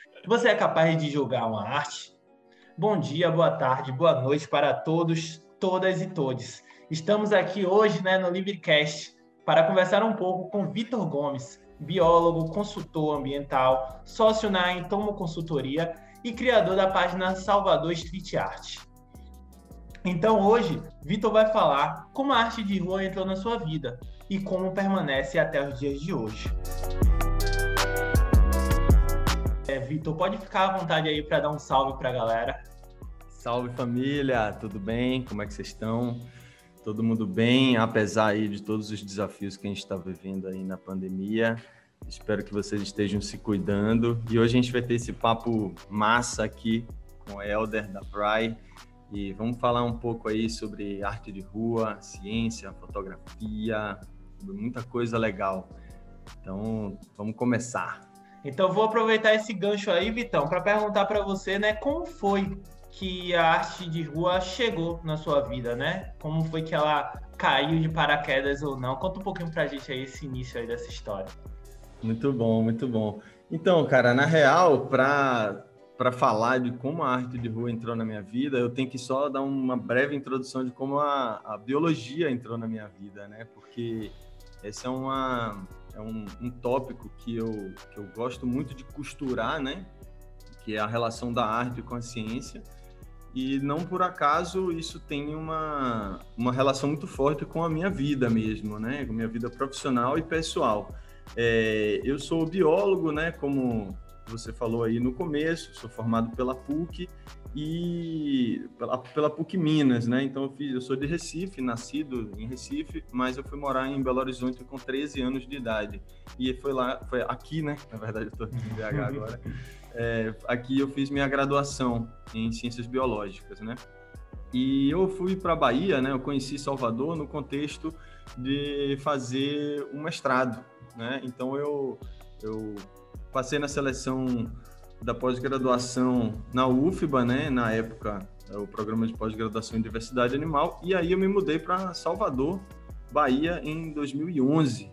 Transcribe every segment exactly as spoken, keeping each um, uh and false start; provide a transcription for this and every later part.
Você é capaz de julgar uma arte? Bom dia, boa tarde, boa noite para todos, todas e todes. Estamos aqui hoje, né, no LivreCast para conversar um pouco com Vitor Gomes, biólogo, consultor ambiental, sócio na Entomo Consultoria e criador da página Salvador Street Art. Então hoje, Vitor vai falar como a arte de rua entrou na sua vida e como permanece até os dias de hoje. É, Vitor, pode ficar à vontade aí para dar um salve para a galera. Salve família, tudo bem? Como é que vocês estão? Todo mundo bem, apesar aí de todos os desafios que a gente está vivendo aí na pandemia. Espero que vocês estejam se cuidando. E hoje a gente vai ter esse papo massa aqui com o Helder da Bry. E vamos falar um pouco aí sobre arte de rua, ciência, fotografia, sobre muita coisa legal. Então, vamos começar. Então, vou aproveitar esse gancho aí, Vitão, para perguntar para você, né, como foi que a arte de rua chegou na sua vida, né? Como foi que ela caiu de paraquedas ou não? Conta um pouquinho pra gente aí esse início aí dessa história. Muito bom, muito bom. Então, cara, na real, para para falar de como a arte de rua entrou na minha vida, eu tenho que só dar uma breve introdução de como a, a biologia entrou na minha vida, né? Porque esse é uma é um, um tópico que eu, que eu gosto muito de costurar, né? Que é a relação da arte com a ciência. E não por acaso isso tem uma, uma relação muito forte com a minha vida mesmo, né? Com a minha vida profissional e pessoal. É, eu sou biólogo, né? Como você falou aí no começo, sou formado pela P U C e pela, pela P U C Minas, né? Então eu, fiz, eu sou de Recife, nascido em Recife, mas eu fui morar em Belo Horizonte com treze anos de idade. E foi lá, foi aqui, né? Na verdade eu estou aqui em B H agora. É, aqui eu fiz minha graduação em Ciências Biológicas, né? E eu fui para a Bahia, né? Eu conheci Salvador no contexto de fazer um mestrado, né? Então eu, eu passei na seleção da pós-graduação na U F B A, né? Na época, o programa de pós-graduação em diversidade animal, e aí eu me mudei para Salvador, Bahia, em dois mil e onze.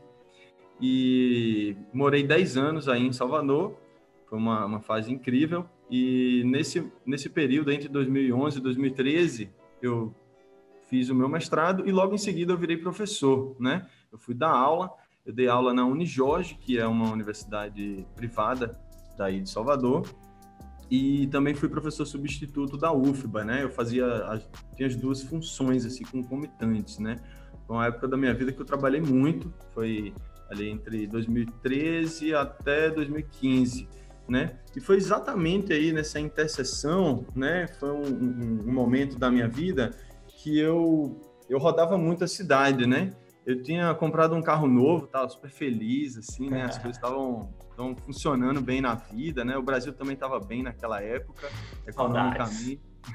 E morei dez anos aí em Salvador. Foi uma, uma fase incrível, e nesse, nesse período, entre dois mil e onze e dois mil e treze, eu fiz o meu mestrado e logo em seguida eu virei professor, né? Eu fui dar aula, eu dei aula na Unijorge, que é uma universidade privada daí de Salvador, e também fui professor substituto da U F B A, né? Eu fazia, as, tinha as duas funções, assim, concomitantes, né? Foi uma época da minha vida que eu trabalhei muito, foi ali entre dois mil e treze até dois mil e quinze, né? E foi exatamente aí nessa interseção, né? Foi um, um, um momento da minha vida que eu, eu rodava muito a cidade, né? Eu tinha comprado um carro novo, estava super feliz, assim, né? As coisas estavam funcionando bem na vida, né? O Brasil também estava bem naquela época, economicamente.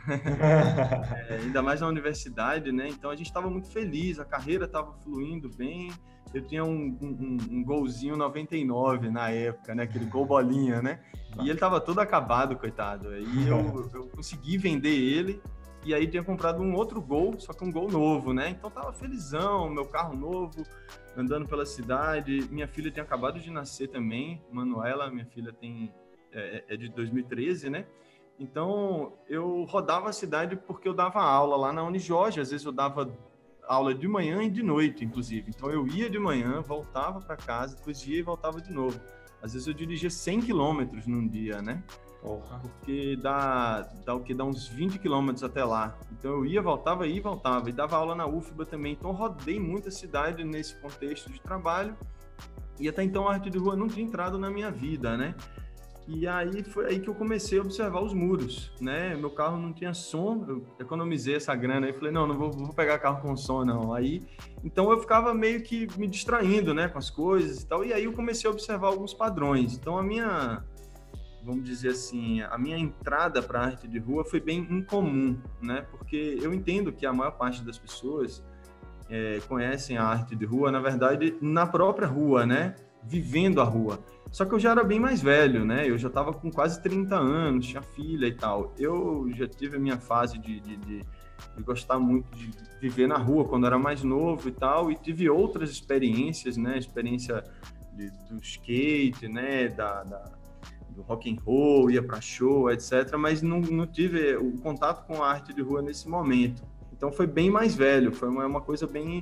É, ainda mais na universidade, né? Então a gente estava muito feliz, a carreira estava fluindo bem. Eu tinha um, um, um golzinho noventa e nove na época, né? Aquele gol bolinha, né? E ele estava todo acabado, coitado. Aí eu, eu consegui vender ele, e aí tinha comprado um outro gol, só que um gol novo, né? Então tava felizão, meu carro novo, andando pela cidade. Minha filha tinha acabado de nascer também, Manuela, minha filha tem é, é de dois mil e treze, né? Então eu rodava a cidade porque eu dava aula lá na Unijorge. Às vezes eu dava aula de manhã e de noite, inclusive. Então eu ia de manhã, voltava para casa, depois ia e voltava de novo. Às vezes eu dirigia cem quilômetros num dia, né? Porra. Porque dá, dá o que? Dá uns vinte quilômetros até lá. Então eu ia, voltava, ia e voltava. E dava aula na U F B A também. Então eu rodei muito a cidade nesse contexto de trabalho. E até então a arte de rua não tinha entrado na minha vida, né? E aí foi aí que eu comecei a observar os muros, né? Meu carro não tinha som, eu economizei essa grana aí, falei, não, não vou, vou pegar carro com som, não. Aí, então eu ficava meio que me distraindo, né, com as coisas e tal, e aí eu comecei a observar alguns padrões. Então a minha, vamos dizer assim, a minha entrada para a arte de rua foi bem incomum, né? Porque eu entendo que a maior parte das pessoas é, conhecem a arte de rua, na verdade, na própria rua, né? Vivendo a rua. Só que eu já era bem mais velho, né? Eu já estava com quase trinta anos, tinha filha e tal. Eu já tive a minha fase de, de, de, de gostar muito de viver na rua quando era mais novo e tal, e tive outras experiências, né? Experiência de, do skate, né? Da, da, do rock and roll, ia para show, etcétera, mas não, não tive o contato com a arte de rua nesse momento. Então foi bem mais velho, foi uma, uma coisa bem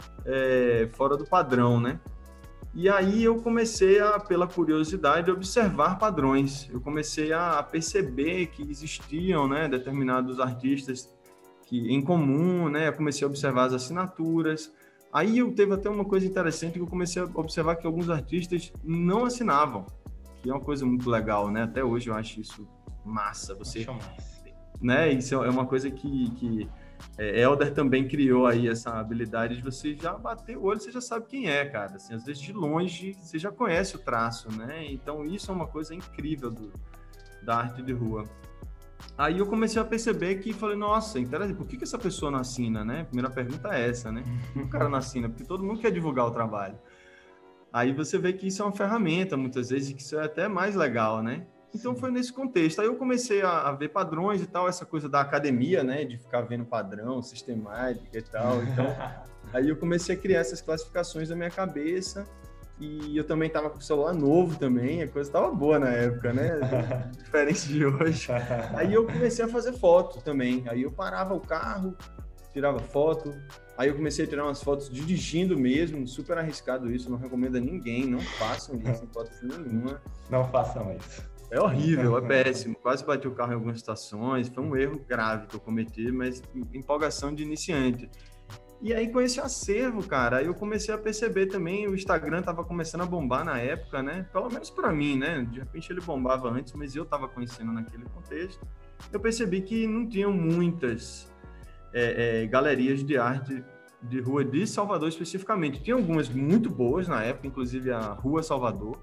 é, fora do padrão, né? E aí eu comecei, a, pela curiosidade, a observar padrões. Eu comecei a perceber que existiam, né, determinados artistas que, em comum, né? Eu comecei a observar as assinaturas. Aí eu teve até uma coisa interessante que eu comecei a observar que alguns artistas não assinavam, que é uma coisa muito legal, né? Até hoje eu acho isso massa. Você, né? Isso é uma coisa que... que É, Elder também criou aí essa habilidade de você já bater o olho, você já sabe quem é, cara. Assim, às vezes de longe você já conhece o traço, né? Então isso é uma coisa incrível do, da arte de rua. Aí eu comecei a perceber que falei, nossa, interessante, por que, que essa pessoa não assina, né? A primeira pergunta é essa, né? Por que o cara não assina? Porque todo mundo quer divulgar o trabalho. Aí você vê que isso é uma ferramenta, muitas vezes, e que isso é até mais legal, né? Então foi nesse contexto. Aí eu comecei a, a ver padrões e tal, essa coisa da academia, né? De ficar vendo padrão, sistemática e tal. Então, aí eu comecei a criar essas classificações na minha cabeça. E eu também tava com o celular novo também, a coisa tava boa na época, né? Diferente de hoje. Aí eu comecei a fazer foto também. Aí eu parava o carro, tirava foto. Aí eu comecei a tirar umas fotos dirigindo mesmo, super arriscado isso, não recomendo a ninguém, não façam isso em hipótese nenhuma. Não façam isso. É horrível, é péssimo. Quase bati o carro em algumas estações. Foi um erro grave que eu cometi, mas empolgação de iniciante. E aí, com esse acervo, cara, aí eu comecei a perceber também, o Instagram tava começando a bombar na época, né? Pelo menos para mim, né? De repente ele bombava antes, mas eu tava conhecendo naquele contexto. Eu percebi que não tinham muitas é, é, galerias de arte de rua de Salvador especificamente. Tinha algumas muito boas na época, inclusive a Rua Salvador,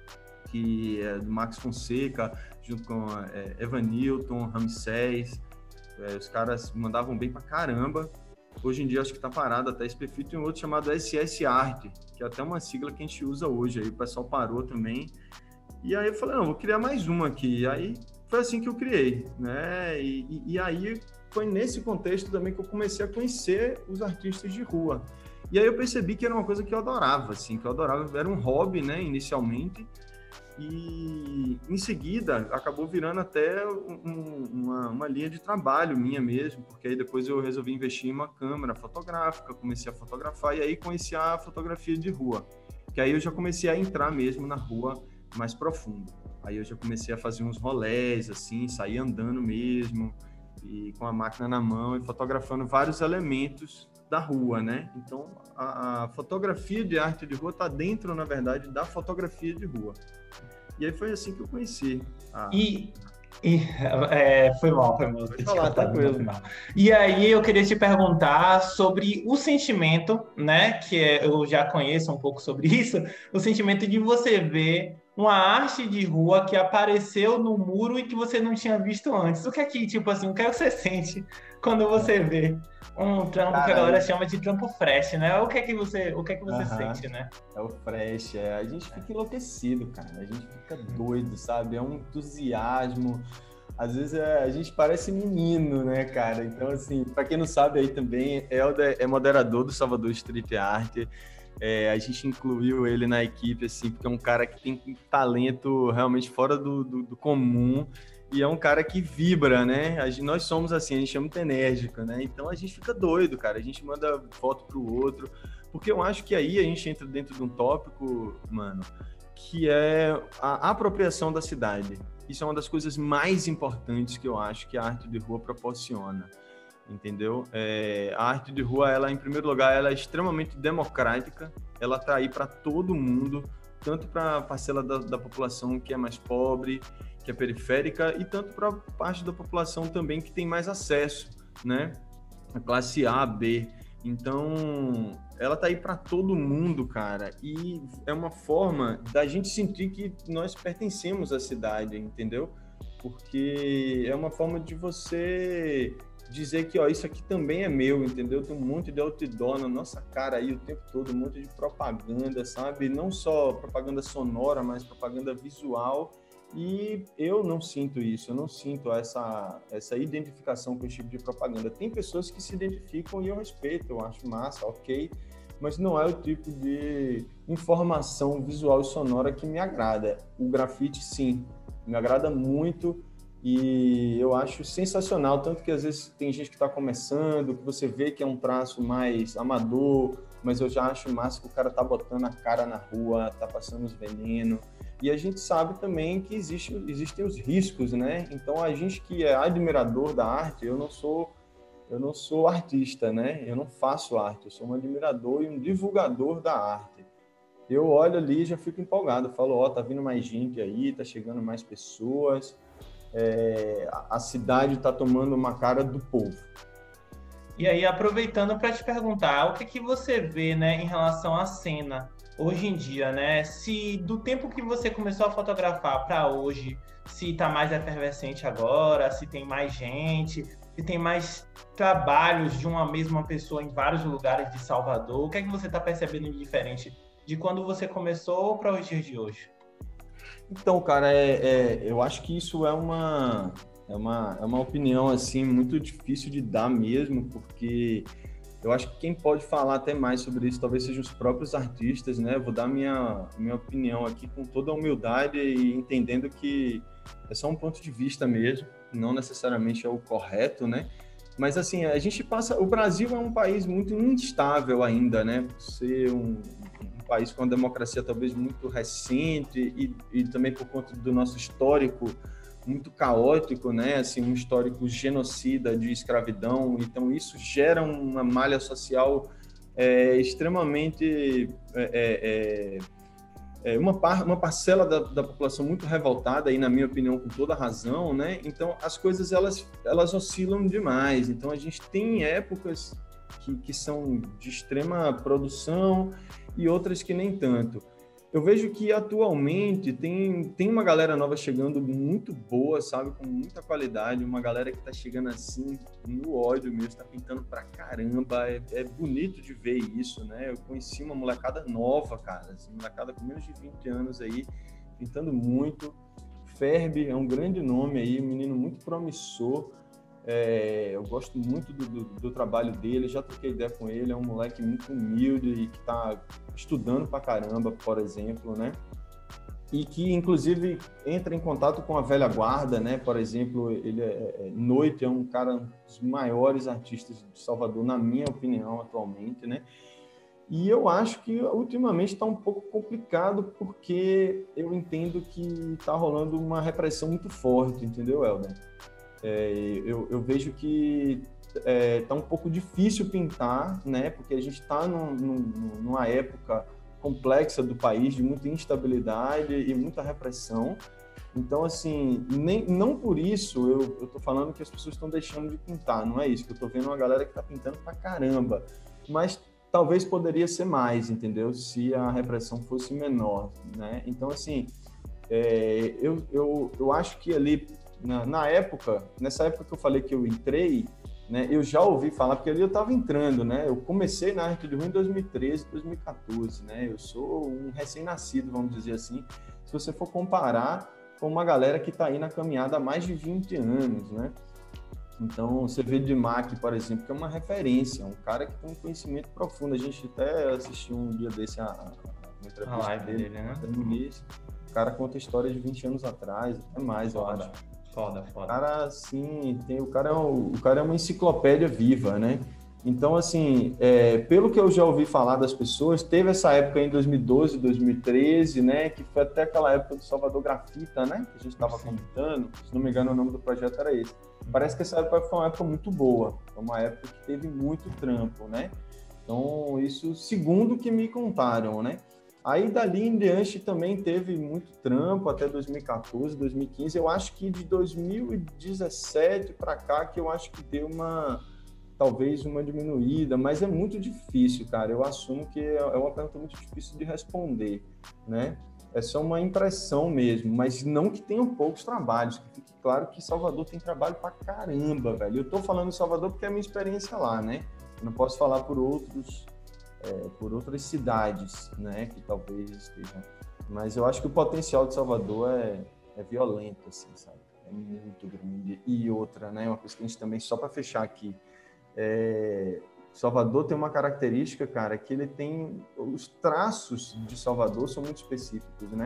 que é do Max Fonseca, junto com é, Evanilton, Ramsés, é, os caras mandavam bem pra caramba. Hoje em dia acho que tá parado até esse perfil. Tem um outro chamado S S Art, que é até uma sigla que a gente usa hoje, aí o pessoal parou também. E aí eu falei, não, vou criar mais uma aqui. E aí foi assim que eu criei, né? E, e, e aí foi nesse contexto também que eu comecei a conhecer os artistas de rua. E aí eu percebi que era uma coisa que eu adorava, assim, que eu adorava, era um hobby, né, inicialmente. E em seguida acabou virando até um, uma, uma linha de trabalho minha mesmo, porque aí depois eu resolvi investir em uma câmera fotográfica, comecei a fotografar e aí conheci a fotografia de rua, que aí eu já comecei a entrar mesmo na rua mais profundo. Aí eu já comecei a fazer uns rolés, assim, sair andando mesmo, e com a máquina na mão e fotografando vários elementos da rua, né? Então a, a fotografia de arte de rua está dentro, na verdade, da fotografia de rua. E aí foi assim que eu conheci. A... E, e é, foi mal, foi mal. Pode falar, tranquilo. E aí eu queria te perguntar sobre o sentimento, né? Que é, eu já conheço um pouco sobre isso, o sentimento de você ver uma arte de rua que apareceu no muro e que você não tinha visto antes. O que é que, tipo assim, o que é que você sente quando você vê um trampo Caralho. que a galera chama de trampo fresh, né? O que é que você, o que é que você uh-huh. sente, né? É o fresh, é. A gente fica enlouquecido, cara. A gente fica doido, sabe? É um entusiasmo. Às vezes é, a gente parece menino, né, cara? Então, assim, pra quem não sabe aí também, Elder é moderador do Salvador Street Art. É, a gente incluiu ele na equipe, assim, porque é um cara que tem um talento realmente fora do, do, do comum. E é um cara que vibra, né? A gente, nós somos assim, a gente é muito enérgico, né? Então a gente fica doido, cara. A gente manda foto pro outro. Porque eu acho que aí a gente entra dentro de um tópico, mano, que é a apropriação da cidade. Isso é uma das coisas mais importantes que eu acho que a arte de rua proporciona. Entendeu? É, a arte de rua, ela, em primeiro lugar, ela é extremamente democrática. Ela tá aí para todo mundo, tanto para a parcela da, da população que é mais pobre, que é periférica, e tanto para parte da população também que tem mais acesso, né? A classe A, B. Então, ela tá aí para todo mundo, cara, e é uma forma da gente sentir que nós pertencemos à cidade, entendeu? Porque é uma forma de você dizer que, ó, isso aqui também é meu, entendeu? Tem um monte de outdoor na nossa cara aí o tempo todo, um monte de propaganda, sabe? Não só propaganda sonora, mas propaganda visual. E eu não sinto isso, eu não sinto essa, essa identificação com esse tipo de propaganda. Tem pessoas que se identificam e eu respeito, eu acho massa, ok, mas não é o tipo de informação visual e sonora que me agrada. O grafite, sim, me agrada muito e eu acho sensacional, tanto que às vezes tem gente que está começando, que você vê que é um traço mais amador, mas eu já acho massa que o cara tá botando a cara na rua, tá passando os venenos, e a gente sabe também que existe, existem os riscos, né? Então a gente que é admirador da arte, eu não sou eu não sou artista, né? Eu não faço arte, eu sou um admirador e um divulgador da arte. Eu olho ali e já fico empolgado, falo, ó, oh, tá vindo mais gente aí, tá chegando mais pessoas, é, a cidade tá tomando uma cara do povo. E aí, aproveitando para te perguntar, o que que você vê, né, em relação à cena hoje em dia, né? Se do tempo que você começou a fotografar para hoje, se tá mais efervescente agora, se tem mais gente, se tem mais trabalhos de uma mesma pessoa em vários lugares de Salvador, o que é que você está percebendo de diferente de quando você começou para os dias de hoje? Então, cara, é, é, eu acho que isso é uma, é, uma, é uma opinião assim, muito difícil de dar mesmo, porque eu acho que quem pode falar até mais sobre isso talvez sejam os próprios artistas, né? Eu vou dar minha, minha opinião aqui com toda a humildade e entendendo que é só um ponto de vista mesmo, não necessariamente é o correto, né? Mas assim, a gente passa... O Brasil é um país muito instável ainda, né? Ser um, um país com uma democracia talvez muito recente e, e também por conta do nosso histórico muito caótico, né? Assim, um histórico genocida de escravidão. Então, isso gera uma malha social é, extremamente... É, é, é, uma, par, uma parcela da, da população muito revoltada, aí, na minha opinião, com toda razão, né? Então, as coisas, elas, elas oscilam demais. Então, a gente tem épocas que, que são de extrema produção e outras que nem tanto. Eu vejo que atualmente tem, tem uma galera nova chegando muito boa, sabe? Com muita qualidade, uma galera que tá chegando assim, no ódio mesmo, tá pintando pra caramba, é, é bonito de ver isso, né? Eu conheci uma molecada nova, cara, assim, molecada com menos de vinte anos aí, pintando muito. Ferb é um grande nome aí, um menino muito promissor. É, eu gosto muito do, do, do trabalho dele, já troquei ideia com ele, é um moleque muito humilde e que está estudando pra caramba, por exemplo, né? E que, inclusive, entra em contato com a velha guarda, né? Por exemplo, ele é, é, Noite é um cara, um dos maiores artistas de Salvador, na minha opinião, atualmente, né? E eu acho que, ultimamente, está um pouco complicado porque eu entendo que está rolando uma repressão muito forte, entendeu, Helder? É, eu, eu vejo que está é, um pouco difícil pintar, né? Porque a gente está num, num, numa época complexa do país, de muita instabilidade e muita repressão. Então, assim, nem, não por isso eu estou falando que as pessoas estão deixando de pintar, não é isso, que eu estou vendo uma galera que está pintando pra caramba, mas talvez poderia ser mais, entendeu? Se a repressão fosse menor, né? Então, assim, é, eu, eu, eu acho que ali... Na, na época, nessa época que eu falei que eu entrei, né, eu já ouvi falar, porque ali eu estava entrando, né? Eu comecei na arte de rua em dois mil e treze, dois mil e quatorze, né? Eu sou um recém-nascido, vamos dizer assim, se você for comparar com uma galera que está aí na caminhada há mais de vinte anos, né? Então, você vê Dimac, por exemplo, que é uma referência, um cara que tem um conhecimento profundo. A gente até assistiu um dia desse a, a, a entrevista a live dele, dele, né? O cara conta a história de vinte anos atrás, até mais, eu acho. Foda, foda. O cara, assim, tem, o, cara é um, o cara é uma enciclopédia viva, né? Então, assim, é, pelo que eu já ouvi falar das pessoas, teve essa época em dois mil e doze, dois mil e treze, né? Que foi até aquela época do Salvador Grafita, né? Que a gente estava comentando. Se não me engano, o nome do projeto era esse. Parece que essa época foi uma época muito boa. Foi uma época que teve muito trampo, né? Então, isso segundo o que me contaram, né? Aí, dali em diante, também teve muito trampo, até dois mil e quatorze, dois mil e quinze. Eu acho que de dois mil e dezessete para cá, que eu acho que deu uma, talvez uma diminuída, mas é muito difícil, cara. Eu assumo que é uma pergunta muito difícil de responder, né? É só uma impressão mesmo, mas não que tenham poucos trabalhos. Que fique claro que Salvador tem trabalho pra caramba, velho. Eu tô falando em Salvador porque é a minha experiência lá, né? Eu não posso falar por outros... É, por outras cidades, né, que talvez estejam... Mas eu acho que o potencial de Salvador é, é violento, assim, sabe? É muito grande. E outra, né, uma coisa que a gente também, só para fechar aqui, é... Salvador tem uma característica, cara, que ele tem... Os traços de Salvador são muito específicos, né?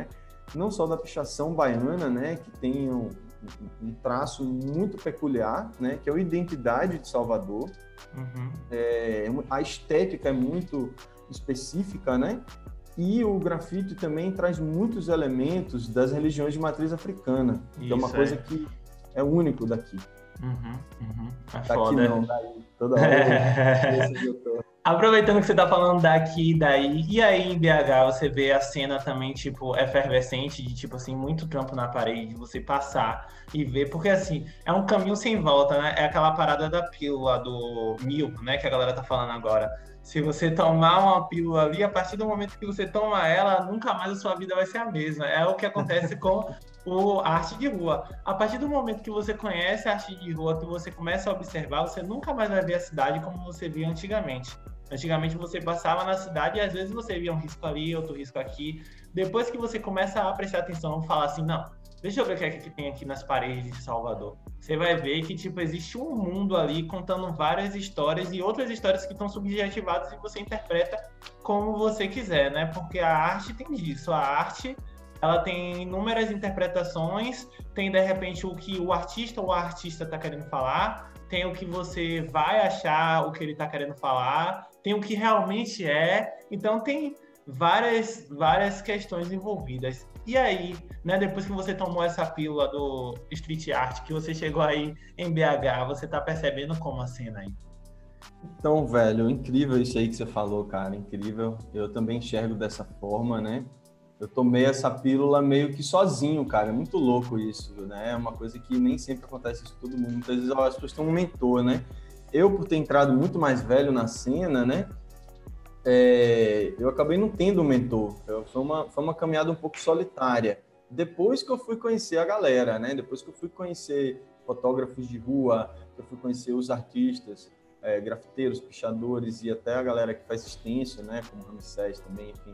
não só da pichação baiana, né, que tem um, um traço muito peculiar, né, que é a identidade de Salvador. Uhum. É, a estética é muito específica, né? E o grafite também traz muitos elementos das religiões de matriz africana, que é uma coisa que é único daqui. Uhum, uhum. É daqui foda. Não, daí, toda hora. Eu... Aproveitando que você tá falando daqui e daí, e aí em B H você vê a cena também, tipo, efervescente, de tipo assim, muito trampo na parede, de você passar e ver, porque assim, é um caminho sem volta, né? É aquela parada da pílula do mil, né, que a galera tá falando agora. Se você tomar uma pílula ali, a partir do momento que você toma ela, nunca mais a sua vida vai ser a mesma. É o que acontece com o a arte de rua. A partir do momento que você conhece a arte de rua, que você começa a observar, você nunca mais vai ver a cidade como você via antigamente. Antigamente você passava na cidade e às vezes você via um risco ali, outro risco aqui. Depois que você começa a prestar atenção e falar assim, não, deixa eu ver o que é que tem aqui nas paredes de Salvador. Você vai ver que tipo, existe um mundo ali contando várias histórias e outras histórias que estão subjetivadas e você interpreta como você quiser, né? Porque a arte tem disso. A arte, ela tem inúmeras interpretações, tem de repente o que o artista ou a artista está querendo falar, tem o que você vai achar o que ele está querendo falar, tem o que realmente é. Então tem várias, várias questões envolvidas. E aí, né, depois que você tomou essa pílula do street art, que você chegou aí em B H, você tá percebendo como a cena aí? Então, velho, incrível isso aí que você falou, cara, incrível. Eu também enxergo dessa forma, né? Eu tomei essa pílula meio que sozinho, cara, é muito louco isso, né? É uma coisa que nem sempre acontece isso com todo mundo. Muitas vezes as pessoas têm um mentor, né? Eu, por ter entrado muito mais velho na cena, né? É, eu acabei não tendo um mentor. Eu, foi, uma, foi uma caminhada um pouco solitária. Depois que eu fui conhecer a galera, né? Depois que eu fui conhecer fotógrafos de rua, que eu fui conhecer os artistas, é, grafiteiros, pichadores e até a galera que faz stencil, né? Como o Ramsés também, enfim.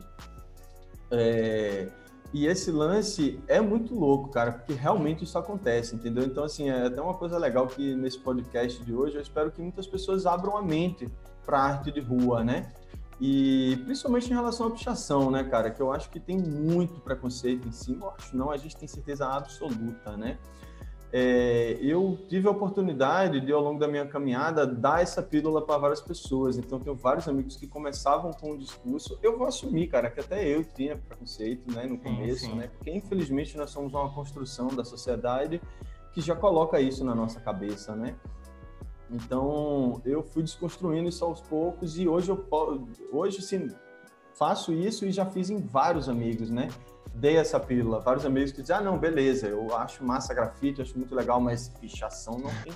É, e esse lance é muito louco, cara, porque realmente isso acontece, entendeu? Então, assim, é até uma coisa legal que nesse podcast de hoje eu espero que muitas pessoas abram a mente para a arte de rua, né? E principalmente em relação à pichação, né, cara? Que eu acho que tem muito preconceito em cima. Eu acho não, a gente tem certeza absoluta, né? É, eu tive a oportunidade de, ao longo da minha caminhada, dar essa pílula para várias pessoas. Então, tenho vários amigos que começavam com um discurso. Eu vou assumir, cara, que até eu tinha preconceito, né, no começo, sim, sim. né? Porque, infelizmente, nós somos uma construção da sociedade que já coloca isso na nossa cabeça, né? Então, eu fui desconstruindo isso aos poucos e hoje, eu, hoje sim, faço isso e já fiz em vários amigos, né? Dei essa pílula, vários amigos que dizem, ah, não, beleza, eu acho massa grafite, acho muito legal, mas pichação não tem.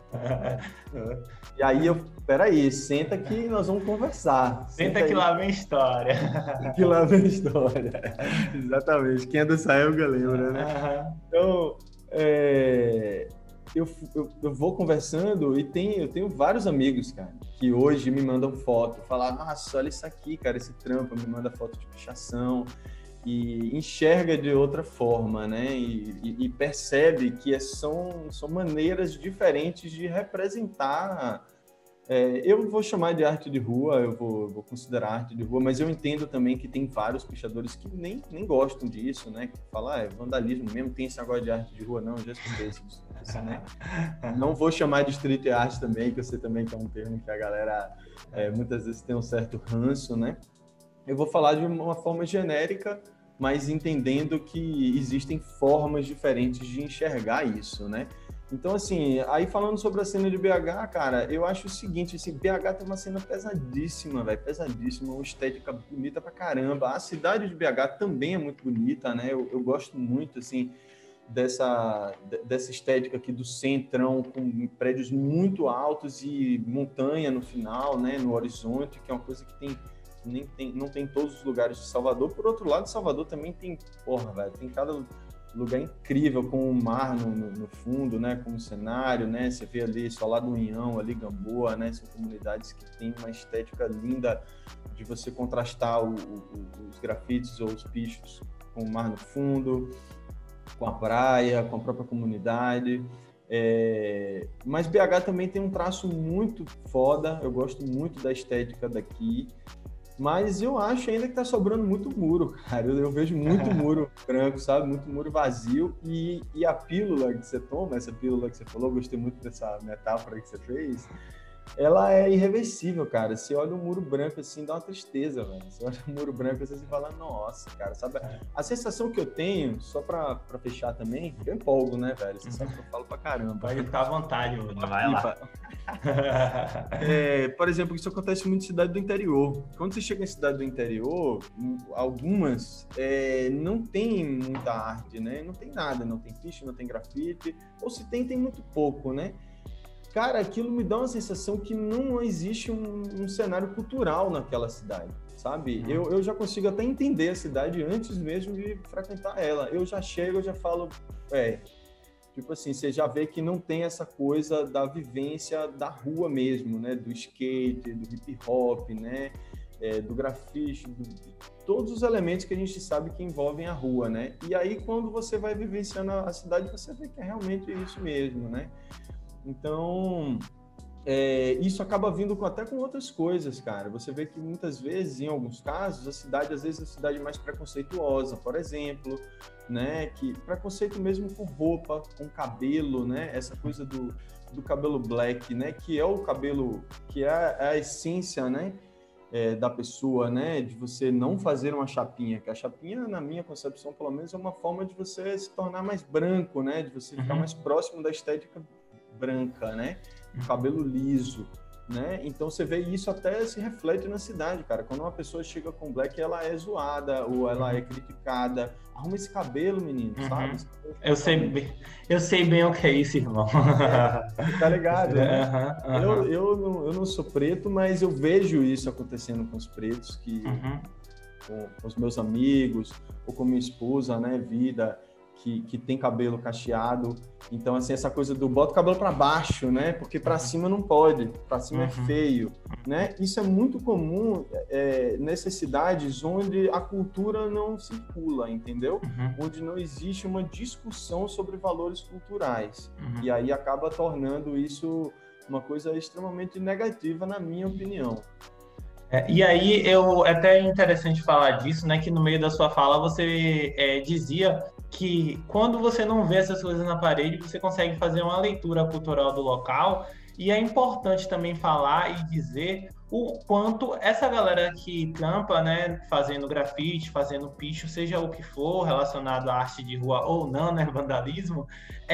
E aí eu, peraí, senta que nós vamos conversar. Senta, senta que lá vem história. Que lá vem história. Exatamente, quem é do Saelga lembra, né? Uhum. Então, é... Eu, eu, eu vou conversando e tem, eu tenho vários amigos, cara, que hoje me mandam foto, falam, nossa, olha isso aqui, cara, esse trampo, me manda foto de pichação e enxerga de outra forma, né, e, e, e percebe que é, são, são maneiras diferentes de representar, é, eu vou chamar de arte de rua, eu vou, vou considerar arte de rua, mas eu entendo também que tem vários pichadores que nem, nem gostam disso, né, que falam, ah, é vandalismo mesmo, tem esse negócio de arte de rua, não, já escutei isso. Assim, né? Não vou chamar de street art também, que eu sei também que é um termo que a galera é, muitas vezes tem um certo ranço, né? Eu vou falar de uma forma genérica, mas entendendo que existem formas diferentes de enxergar isso, né? Então, assim, aí falando sobre a cena de B H, cara, eu acho o seguinte, assim, B H tem uma cena pesadíssima, velho, pesadíssima, uma estética bonita pra caramba. A cidade de B H também é muito bonita, né? Eu, eu gosto muito, assim, dessa, dessa estética aqui do centrão, com prédios muito altos e montanha no final, né, no horizonte, que é uma coisa que tem, nem tem, não tem em todos os lugares de Salvador. Por outro lado, Salvador também tem, porra, velho, tem cada lugar incrível, com o mar no, no, no fundo, né, como cenário, né, você vê ali Solar do Unhão, ali Gamboa, né, são comunidades que têm uma estética linda de você contrastar o, o, os grafites ou os pichos com o mar no fundo, com a praia, com a própria comunidade. É... Mas B H também tem um traço muito foda, eu gosto muito da estética daqui. Mas eu acho ainda que tá sobrando muito muro, cara. Eu, eu vejo muito muro branco, sabe? Muito muro vazio. E, e a pílula que você toma, essa pílula que você falou, gostei muito dessa metáfora que você fez, ela é irreversível, cara. Você olha um muro branco assim, dá uma tristeza, velho. Você olha um muro branco assim e fala, nossa, cara, sabe? A sensação que eu tenho, só pra, pra fechar também, eu empolgo, né, velho? Você sabe que eu falo pra caramba. Pode ficar à vontade, mano. Vai lá. É, por exemplo, isso acontece muito em cidade do interior. Quando você chega em cidade do interior, algumas é, não tem muita arte, né? Não tem nada, não tem piche, não tem grafite, ou se tem, tem muito pouco, né? Cara, aquilo me dá uma sensação que não existe um, um cenário cultural naquela cidade, sabe? Uhum. Eu, eu já consigo até entender a cidade antes mesmo de frequentar ela. Eu já chego, eu já falo, é, tipo assim, você já vê que não tem essa coisa da vivência da rua mesmo, né? Do skate, do hip hop, né? É, do grafite, do, de todos os elementos que a gente sabe que envolvem a rua, né? E aí, quando você vai vivenciando a cidade, você vê que é realmente isso mesmo, né? Então, é, isso acaba vindo com, até com outras coisas, cara. Você vê que muitas vezes, em alguns casos, a cidade, às vezes, é a cidade mais preconceituosa, por exemplo, né? Que preconceito mesmo com roupa, com cabelo, né? Essa coisa do, do cabelo black, né? Que é o cabelo, que é a, a essência, né? É, da pessoa, né? De você não fazer uma chapinha, que a chapinha, na minha concepção, pelo menos, é uma forma de você se tornar mais branco, né? De você ficar uhum. mais próximo da estética branca, né? Cabelo liso, né? Então você vê isso até se reflete na cidade, cara. Quando uma pessoa chega com black, ela é zoada ou ela é criticada. Arruma esse cabelo, menino, uhum. sabe? Eu sei bem, eu sei bem o que é isso, irmão. É, tá ligado, né? Uhum, uhum. Eu, eu, não, eu não sou preto, mas eu vejo isso acontecendo com os pretos, que uhum. com, com os meus amigos ou com minha esposa, né? Vida. Que, que tem cabelo cacheado, então assim, essa coisa do bota o cabelo para baixo, né, porque para cima não pode, para cima uhum. é feio, né, isso é muito comum é, nessas cidades onde a cultura não circula, entendeu, uhum. onde não existe uma discussão sobre valores culturais, uhum. e aí acaba tornando isso uma coisa extremamente negativa, na minha opinião. É, e aí, eu, é até interessante falar disso, né, que no meio da sua fala você é, dizia que quando você não vê essas coisas na parede, você consegue fazer uma leitura cultural do local, e é importante também falar e dizer o quanto essa galera que trampa, né, fazendo grafite, fazendo picho, seja o que for relacionado à arte de rua ou não, né, vandalismo,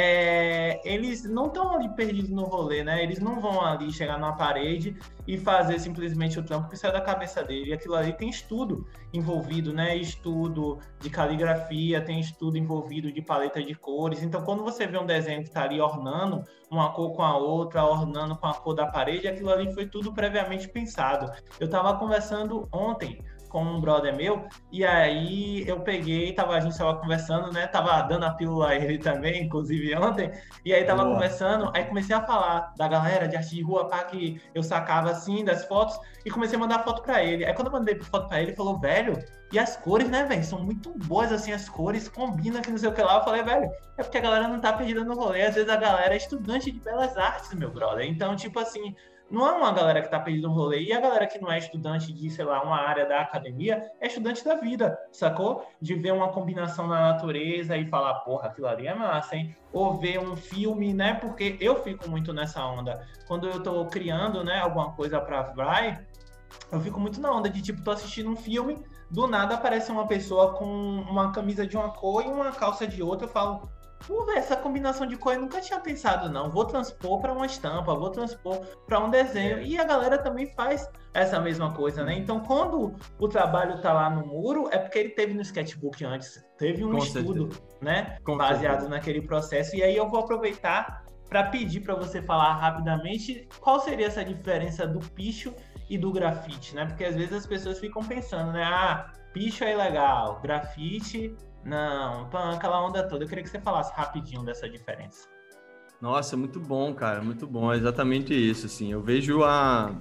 é, eles não estão ali perdidos no rolê, né, eles não vão ali chegar numa parede e fazer simplesmente o trampo que sai da cabeça dele, e aquilo ali tem estudo envolvido, né, estudo de caligrafia, tem estudo envolvido de paleta de cores, então quando você vê um desenho que está ali ornando uma cor com a outra, ornando com a cor da parede, aquilo ali foi tudo previamente pensado. Eu estava conversando ontem com um brother meu, e aí eu peguei, tava, a gente estava conversando, né, tava dando a pílula a ele também, inclusive ontem, e aí tava Boa. conversando, aí comecei a falar da galera de arte de rua, pá, que eu sacava assim, das fotos, e comecei a mandar foto pra ele. Aí quando eu mandei foto pra ele, ele falou, velho, e as cores, né, velho, são muito boas, assim, as cores, combinam que não sei o que lá. Eu falei, velho, é porque a galera não tá perdida no rolê, às vezes a galera é estudante de belas artes, meu brother, então, tipo assim, não é uma galera que tá perdida no rolê, e a galera que não é estudante de, sei lá, uma área da academia, é estudante da vida, sacou? De ver uma combinação na natureza e falar, porra, aquilo ali é massa, hein? Ou ver um filme, né? Porque eu fico muito nessa onda. Quando eu tô criando, né, alguma coisa pra Vai, eu fico muito na onda de, tipo, tô assistindo um filme, do nada aparece uma pessoa com uma camisa de uma cor e uma calça de outra, eu falo, pô, velho, essa combinação de cor eu nunca tinha pensado, não. Vou transpor para uma estampa, vou transpor para um desenho. E a galera também faz essa mesma coisa, né? Então, quando o trabalho tá lá no muro, é porque ele teve no sketchbook antes. Teve um Com estudo, certeza. né? Com baseado certeza. naquele processo. E aí eu vou aproveitar para pedir para você falar rapidamente qual seria essa diferença do picho e do grafite, né? Porque às vezes as pessoas ficam pensando, né? Ah, picho é ilegal, grafite... Não, aquela onda toda. Eu queria que você falasse rapidinho dessa diferença. Nossa, muito bom, cara, muito bom. É exatamente isso, assim. Eu vejo a,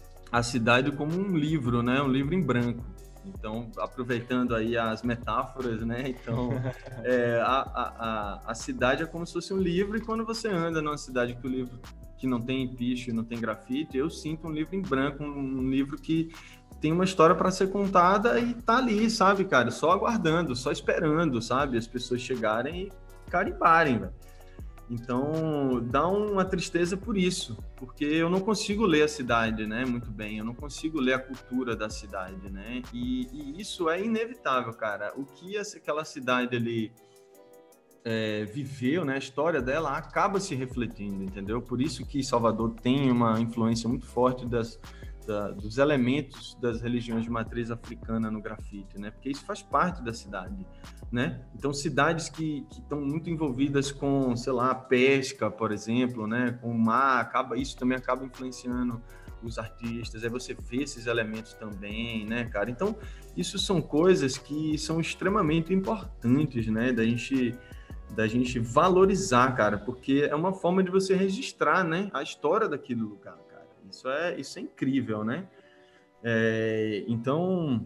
a cidade como um livro, né? Um livro em branco. Então, aproveitando aí as metáforas, né? Então, é, a, a, a cidade é como se fosse um livro, e quando você anda numa cidade que o livro que não tem picho, não tem grafite, eu sinto um livro em branco, um livro que tem uma história para ser contada e tá ali, sabe, cara? Só aguardando, só esperando, sabe? As pessoas chegarem e carimbarem, velho. Então, dá uma tristeza por isso, porque eu não consigo ler a cidade, né, muito bem, eu não consigo ler a cultura da cidade, né, e, e isso é inevitável, cara. O que essa, aquela cidade ali é, viveu, né, a história dela acaba se refletindo, entendeu? Por isso que Salvador tem uma influência muito forte das, da, dos elementos das religiões de matriz africana no grafite, né, porque isso faz parte da cidade. Né? Então, cidades que estão muito envolvidas com, sei lá, pesca, por exemplo, né? Com o mar, acaba, isso também acaba influenciando os artistas, aí você vê esses elementos também, né, cara? Então, isso são coisas que são extremamente importantes, né, da gente, da gente valorizar, cara, porque é uma forma de você registrar, né, a história daquele lugar, cara. Isso é, isso é incrível, né? É, então...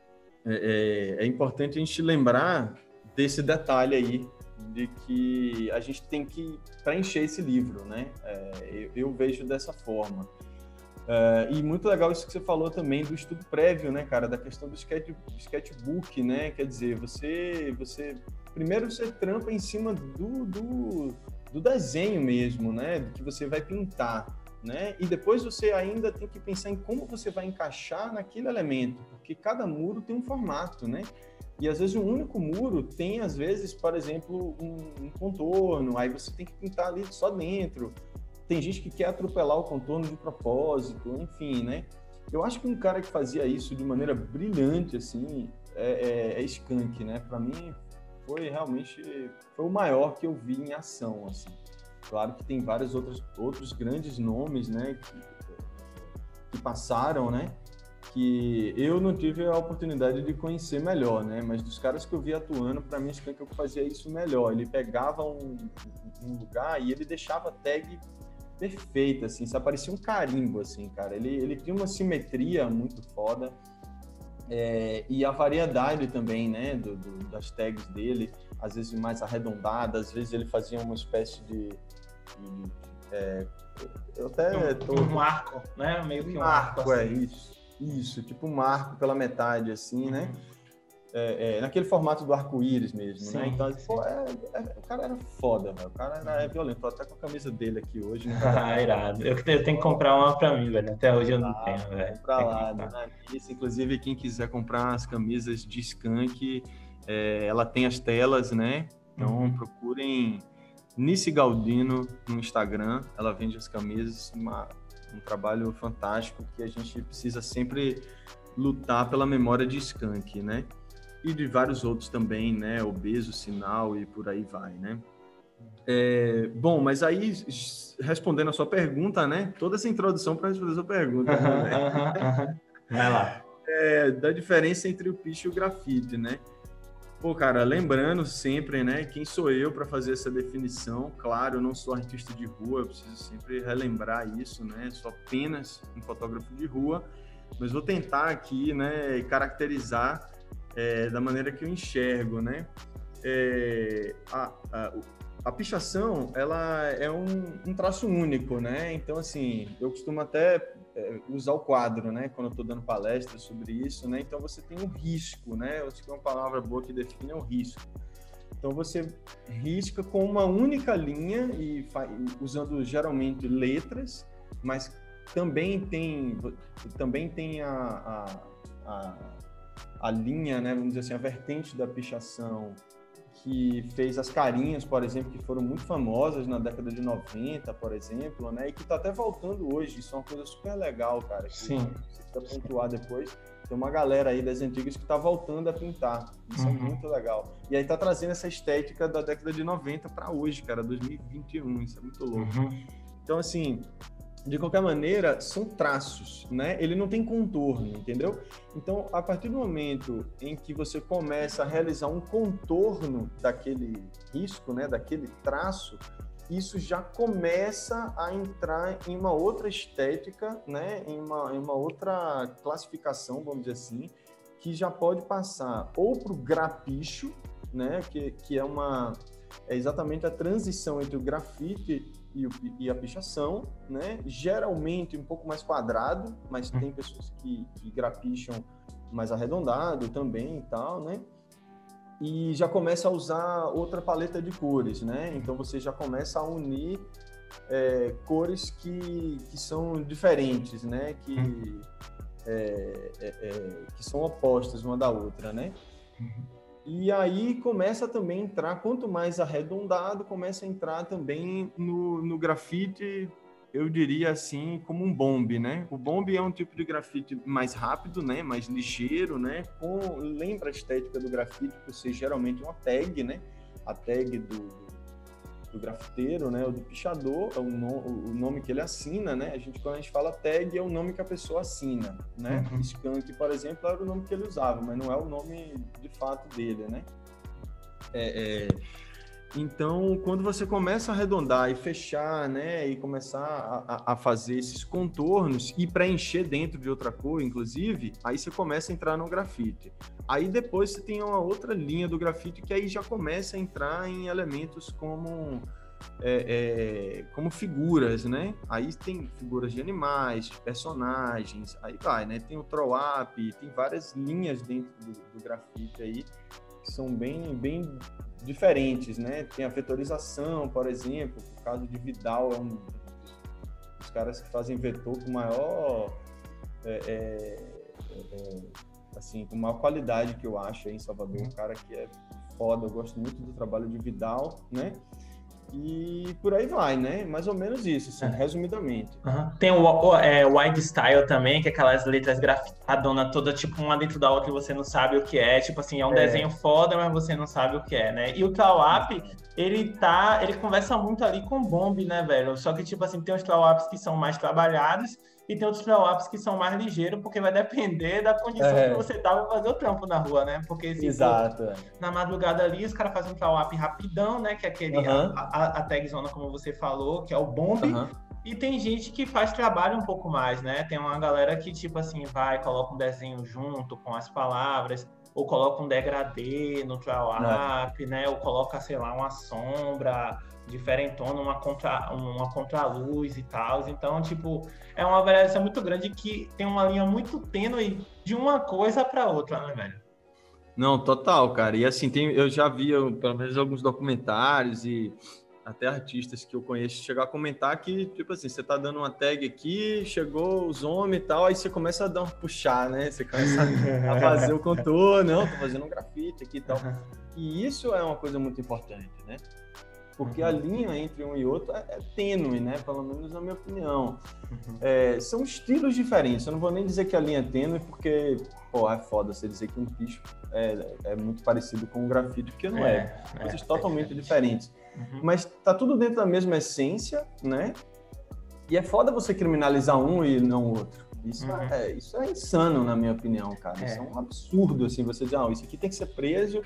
É, é importante a gente lembrar desse detalhe aí, de que a gente tem que preencher esse livro, né? É, eu, eu vejo dessa forma. É, e muito legal isso que você falou também do estudo prévio, né, cara? Da questão do sketch, sketchbook, né? Quer dizer, você, você... Primeiro você trampa em cima do, do, do desenho mesmo, né? Do que você vai pintar. Né? E depois você ainda tem que pensar em como você vai encaixar naquele elemento, porque cada muro tem um formato, né? E às vezes um único muro tem, às vezes, por exemplo, um, um contorno, aí você tem que pintar ali só dentro. Tem gente que quer atropelar o contorno de propósito, enfim, né? Eu acho que um cara que fazia isso de maneira brilhante, assim, é, é, é Skank, né? Para mim, foi realmente foi o maior que eu vi em ação, assim. Claro que tem vários outros, outros grandes nomes, né, que, que passaram, né, que eu não tive a oportunidade de conhecer melhor, né, mas dos caras que eu vi atuando, para mim, acho que eu fazia isso melhor. Ele pegava um, um lugar e ele deixava a tag perfeita, assim, só parecia um carimbo, assim, cara. Ele, ele tinha uma simetria muito foda, é, e a variedade também, né, do, do, das tags dele, às vezes mais arredondadas, às vezes ele fazia uma espécie de... de é, eu até tô... Um marco, né? Meio que um marco, marco, é assim. isso. Isso, tipo um marco pela metade, assim, uhum. né? É, é, naquele formato do arco-íris mesmo, sim, né? Então, pô, é, é, o cara era foda, velho. O cara era é violento. Tô até com a camisa dele aqui hoje. Né? Ah, irado. Eu, eu tenho que comprar uma pra mim, velho. Até hoje eu não ah, tenho, velho. Comprar lá, né? Isso, inclusive, quem quiser comprar as camisas de Skank, é, ela tem as telas, né? Então, uhum. procurem Nice Galdino no Instagram. Ela vende as camisas, uma, um trabalho fantástico que a gente precisa sempre lutar pela memória de Skank, né? E de vários outros também, né? Obeso, Sinal e por aí vai, né? É, bom, mas aí, respondendo a sua pergunta, né? Toda essa introdução para responder a sua pergunta, uhum, né? Uhum, uhum. Vai lá. É, da diferença entre o picho e o grafite, né? Pô, cara, lembrando sempre, né? Quem sou eu para fazer essa definição? Claro, eu não sou artista de rua, eu preciso sempre relembrar isso, né? Sou apenas um fotógrafo de rua, mas vou tentar aqui, né? Caracterizar É, da maneira que eu enxergo, né? É, a, a, a pichação, ela é um, um traço único, né? Então, assim, eu costumo até é, usar o quadro, né? Quando eu estou dando palestras sobre isso, né? Então, você tem um risco, né? Eu acho que uma palavra boa que define é o risco. Então, você risca com uma única linha e usando, geralmente, letras, mas também tem, também tem a... a, a a linha, né, vamos dizer assim, a vertente da pichação que fez as carinhas, por exemplo, que foram muito famosas na década de noventa, por exemplo, né, e que está até voltando hoje. Isso é uma coisa super legal, cara. Que Sim. Você precisa pontuar depois. Tem uma galera aí das antigas que está voltando a pintar. Isso uhum. é muito legal. E aí está trazendo essa estética da década de noventa para hoje, cara, dois mil e vinte e um. Isso é muito louco. Uhum. Então, assim... De qualquer maneira, são traços, né? Ele não tem contorno, entendeu? Então, a partir do momento em que você começa a realizar um contorno daquele risco, né? Daquele traço, isso já começa a entrar em uma outra estética, né? Em uma, em uma outra classificação, vamos dizer assim, que já pode passar ou para o grapicho, né? Que, que é uma... É exatamente a transição entre o grafite e, o, e a pichação, né? Geralmente um pouco mais quadrado, mas tem pessoas que, que grapicham mais arredondado também e tal, né? E já começa a usar outra paleta de cores, né? Então você já começa a unir é, cores que, que são diferentes, né? Que, é, é, é, que são opostas uma da outra, né? E aí começa também a entrar, quanto mais arredondado, começa a entrar também no, no grafite, eu diria assim, como um bombe, né? O bombe é um tipo de grafite mais rápido, né? Mais ligeiro, né? Com, lembra a estética do grafite, por ser geralmente uma tag, né? A tag do, do grafiteiro, né? Ou do pichador, é o, no, o nome que ele assina, né? A gente, quando a gente fala tag, é o nome que a pessoa assina, né? Uhum. Skunk, por exemplo, era o nome que ele usava, mas não é o nome de fato dele, né? É... é... Então, quando você começa a arredondar e fechar, né, e começar a, a fazer esses contornos e preencher dentro de outra cor, inclusive, aí você começa a entrar no grafite. Aí depois você tem uma outra linha do grafite que aí já começa a entrar em elementos como, é, é, como figuras, né? Aí tem figuras de animais, de personagens, aí vai, né? Tem o throw-up, tem várias linhas dentro do, do grafite aí que são bem, bem diferentes, né? Tem a vetorização, por exemplo, o caso de Vidal é um dos caras que fazem vetor com maior é, é, é, assim, com maior qualidade que eu acho aí em Salvador, um cara que é foda, eu gosto muito do trabalho de Vidal, né? E por aí vai, né? Mais ou menos isso, assim, é. resumidamente. Uhum. Tem o, o é, Wide Style também, que é aquelas letras grafitadonas toda, tipo, uma dentro da outra e você não sabe o que é. Tipo assim, é um é. desenho foda, mas você não sabe o que é, né? E o Tlauap, ele tá... Ele conversa muito ali com o Bomb, né, velho? Só que, tipo assim, tem os Tlauaps que são mais trabalhados e tem outros Tlauaps que são mais ligeiros, porque vai depender da condição é. que você tá pra fazer o trampo na rua, né? Porque se Exato. For, na madrugada ali, os caras fazem um Tlauap rapidão, né? Que é aquele, uhum. a, a, a tagzona, como você falou, que é o Bomb. Uhum. E tem gente que faz trabalho um pouco mais, né? Tem uma galera que, tipo assim, vai, coloca um desenho junto com as palavras, ou coloca um degradê no Tlauap, né? Ou coloca, sei lá, uma sombra diferentona, uma contra, uma contraluz e tal. Então, tipo, é uma variação muito grande que tem uma linha muito tênue de uma coisa para outra, né, velho? Não, total, cara. E assim, tem, eu já vi pelo menos alguns documentários e até artistas que eu conheço chegar a comentar que, tipo assim, você tá dando uma tag aqui, chegou os homens e tal, aí você começa a dar um puxar, né? Você começa a fazer o contorno, não, tô fazendo um grafite aqui e tal. E isso é uma coisa muito importante, né? Porque uhum. a linha entre um e outro é, é tênue, né? Pelo menos na minha opinião. Uhum. É, são estilos diferentes. Eu não vou nem dizer que a linha é tênue, porque, pô, é foda você dizer que um picho é, é muito parecido com um grafite, porque não é. é coisas é, totalmente é diferentes. Uhum. Mas tá tudo dentro da mesma essência, né? E é foda você criminalizar um e não o outro. Isso, uhum. é, isso é insano, na minha opinião, cara. É. Isso é um absurdo, assim, você dizer, ah, isso aqui tem que ser preso,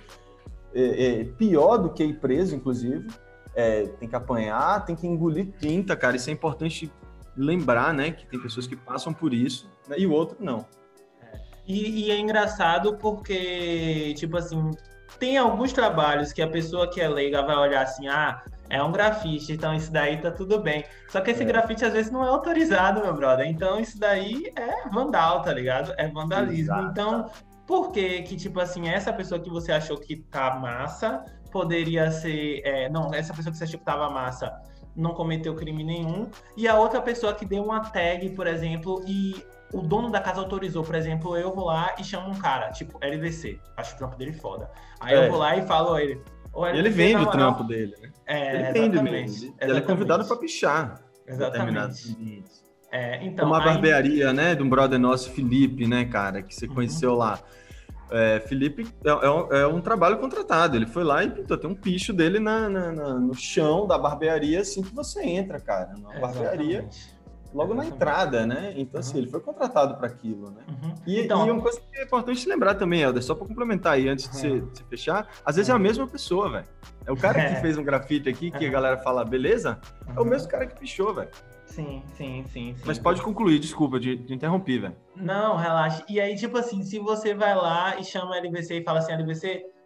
é, é, pior do que ir preso, inclusive. É, tem que apanhar, tem que engolir tinta, cara. Isso é importante lembrar, né? Que tem pessoas que passam por isso, né, e o outro não. É. E, e é engraçado porque, tipo assim, tem alguns trabalhos que a pessoa que é leiga vai olhar assim, ah, é um grafite, então isso daí tá tudo bem. Só que esse é. grafite às vezes não é autorizado, meu brother. Então isso daí é vandal, tá ligado? É vandalismo. Exato. Então, por que que, tipo assim, essa pessoa que você achou que tá massa poderia ser... É, não, essa pessoa que você achou que tava massa não cometeu crime nenhum, e a outra pessoa que deu uma tag, por exemplo, e o dono da casa autorizou, por exemplo, eu vou lá e chamo um cara, tipo, L V C, acho o trampo dele foda. Aí é. eu vou lá e falo a ele... Ele vende o trampo dele, né? É, ele vende mesmo. Ele é convidado para pichar. Exatamente. É, então, uma aí... barbearia, né, de um brother nosso, Felipe, né, cara, que você uhum. conheceu lá. É, Felipe é, é, um, é um trabalho contratado. Ele foi lá e pintou. Tem um picho dele na, na, na, no chão da barbearia, assim que você entra, cara. Na barbearia, logo Exatamente. na entrada, né? Então, uhum. assim, ele foi contratado para aquilo, né? Uhum. E, então, e uma coisa que é importante lembrar também, Helder, só para complementar aí, antes uhum. de, você, de você fechar, às vezes uhum. é a mesma pessoa, velho. É o cara que fez um grafite aqui, que uhum. a galera fala, beleza? Uhum. É o mesmo cara que pichou, velho. Sim, sim, sim, sim. Mas pode concluir, desculpa, de, de interromper, velho. Não, relaxa. E aí, tipo assim, se você vai lá e chama a L V C e fala assim, L V C,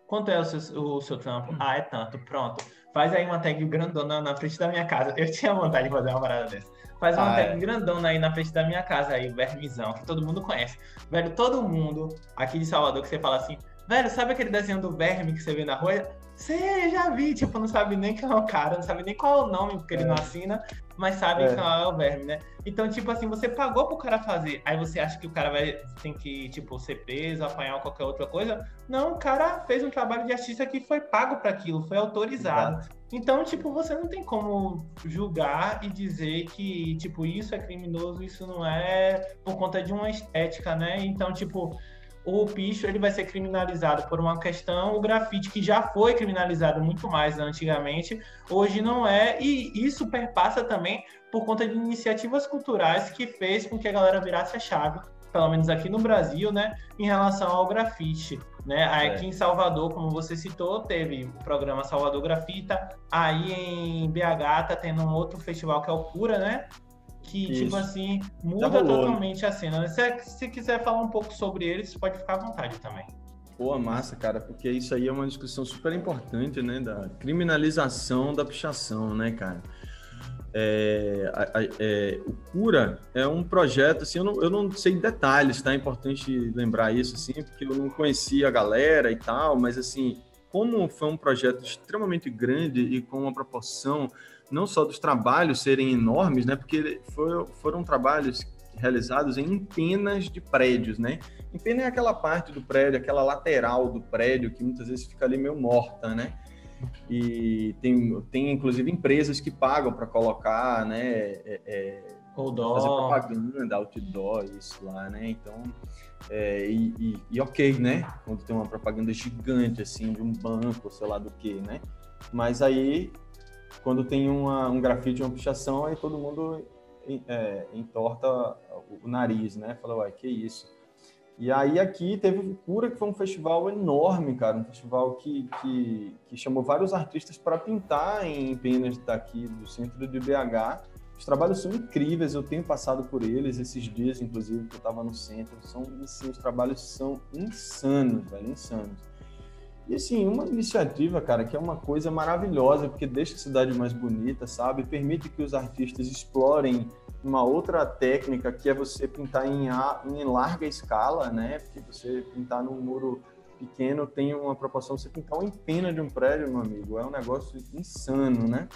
Quanto é o seu, o seu trampo? Ah, é tanto, pronto. Faz aí uma tag grandona na frente da minha casa. Eu tinha vontade de fazer uma parada dessa. Faz uma Ah, tag é. grandona aí na frente da minha casa aí, o Vermizão, que todo mundo conhece. Velho, todo mundo aqui de Salvador que você fala assim, velho, sabe aquele desenho do verme que você vê na rua? Você já vi, tipo, não sabe nem quem é o cara, não sabe nem qual é o nome, porque ele não assina, mas sabe É. qual é o verme, né? Então, tipo assim, você pagou pro cara fazer, aí você acha que o cara vai tem que, tipo, ser preso, apanhar ou qualquer outra coisa? Não, o cara fez um trabalho de artista que foi pago para aquilo, foi autorizado. Exato. Então, tipo, você não tem como julgar e dizer que, tipo, isso é criminoso, isso não é, por conta de uma estética, né? Então, tipo, o picho ele vai ser criminalizado por uma questão, o grafite que já foi criminalizado muito mais antigamente, hoje não é, e isso perpassa também por conta de iniciativas culturais que fez com que a galera virasse a chave, pelo menos aqui no Brasil, né, em relação ao grafite, né? Aí aqui em Salvador, como você citou, teve o programa Salvador Grafita, aí em B H tá tendo um outro festival que é o Cura, né? Que, Isso. tipo assim, muda rolou, totalmente né? a cena. Se, se quiser falar um pouco sobre eles, pode ficar à vontade também. Pô, massa, cara, porque isso aí é uma discussão super importante, né, da criminalização da pichação, né, cara? É, a, a, é, o Cura é um projeto, assim, eu não, eu não sei detalhes, tá? É importante lembrar isso, assim, porque eu não conhecia a galera e tal, mas, assim, como foi um projeto extremamente grande e com uma proporção não só dos trabalhos serem enormes, né? Porque foi, foram trabalhos realizados em empenas de prédios, né? Empena é aquela parte do prédio, aquela lateral do prédio que muitas vezes fica ali meio morta, né? E tem, tem inclusive empresas que pagam para colocar, né? É, é, fazer propaganda, outdoor, isso lá, né? Então, é, e, e, e ok, né? Quando tem uma propaganda gigante, assim, de um banco, sei lá do que, né? Mas aí, quando tem uma, um grafite, uma pichação, aí todo mundo é, entorta o, o nariz, né? Fala, ué, que isso? E aí aqui teve o Cura, que foi um festival enorme, cara, um festival que, que, que chamou vários artistas para pintar em penas daqui do centro de B H. Os trabalhos são incríveis, eu tenho passado por eles esses dias, inclusive, que eu estava no centro. São, assim, os trabalhos são insanos, velho, insanos. E, assim, uma iniciativa, cara, que é uma coisa maravilhosa, porque deixa a cidade mais bonita, sabe? Permite que os artistas explorem uma outra técnica, que é você pintar em, a, em larga escala, né? Porque você pintar num muro pequeno tem uma proporção, você pintar uma empena de um prédio, meu amigo, é um negócio insano, né?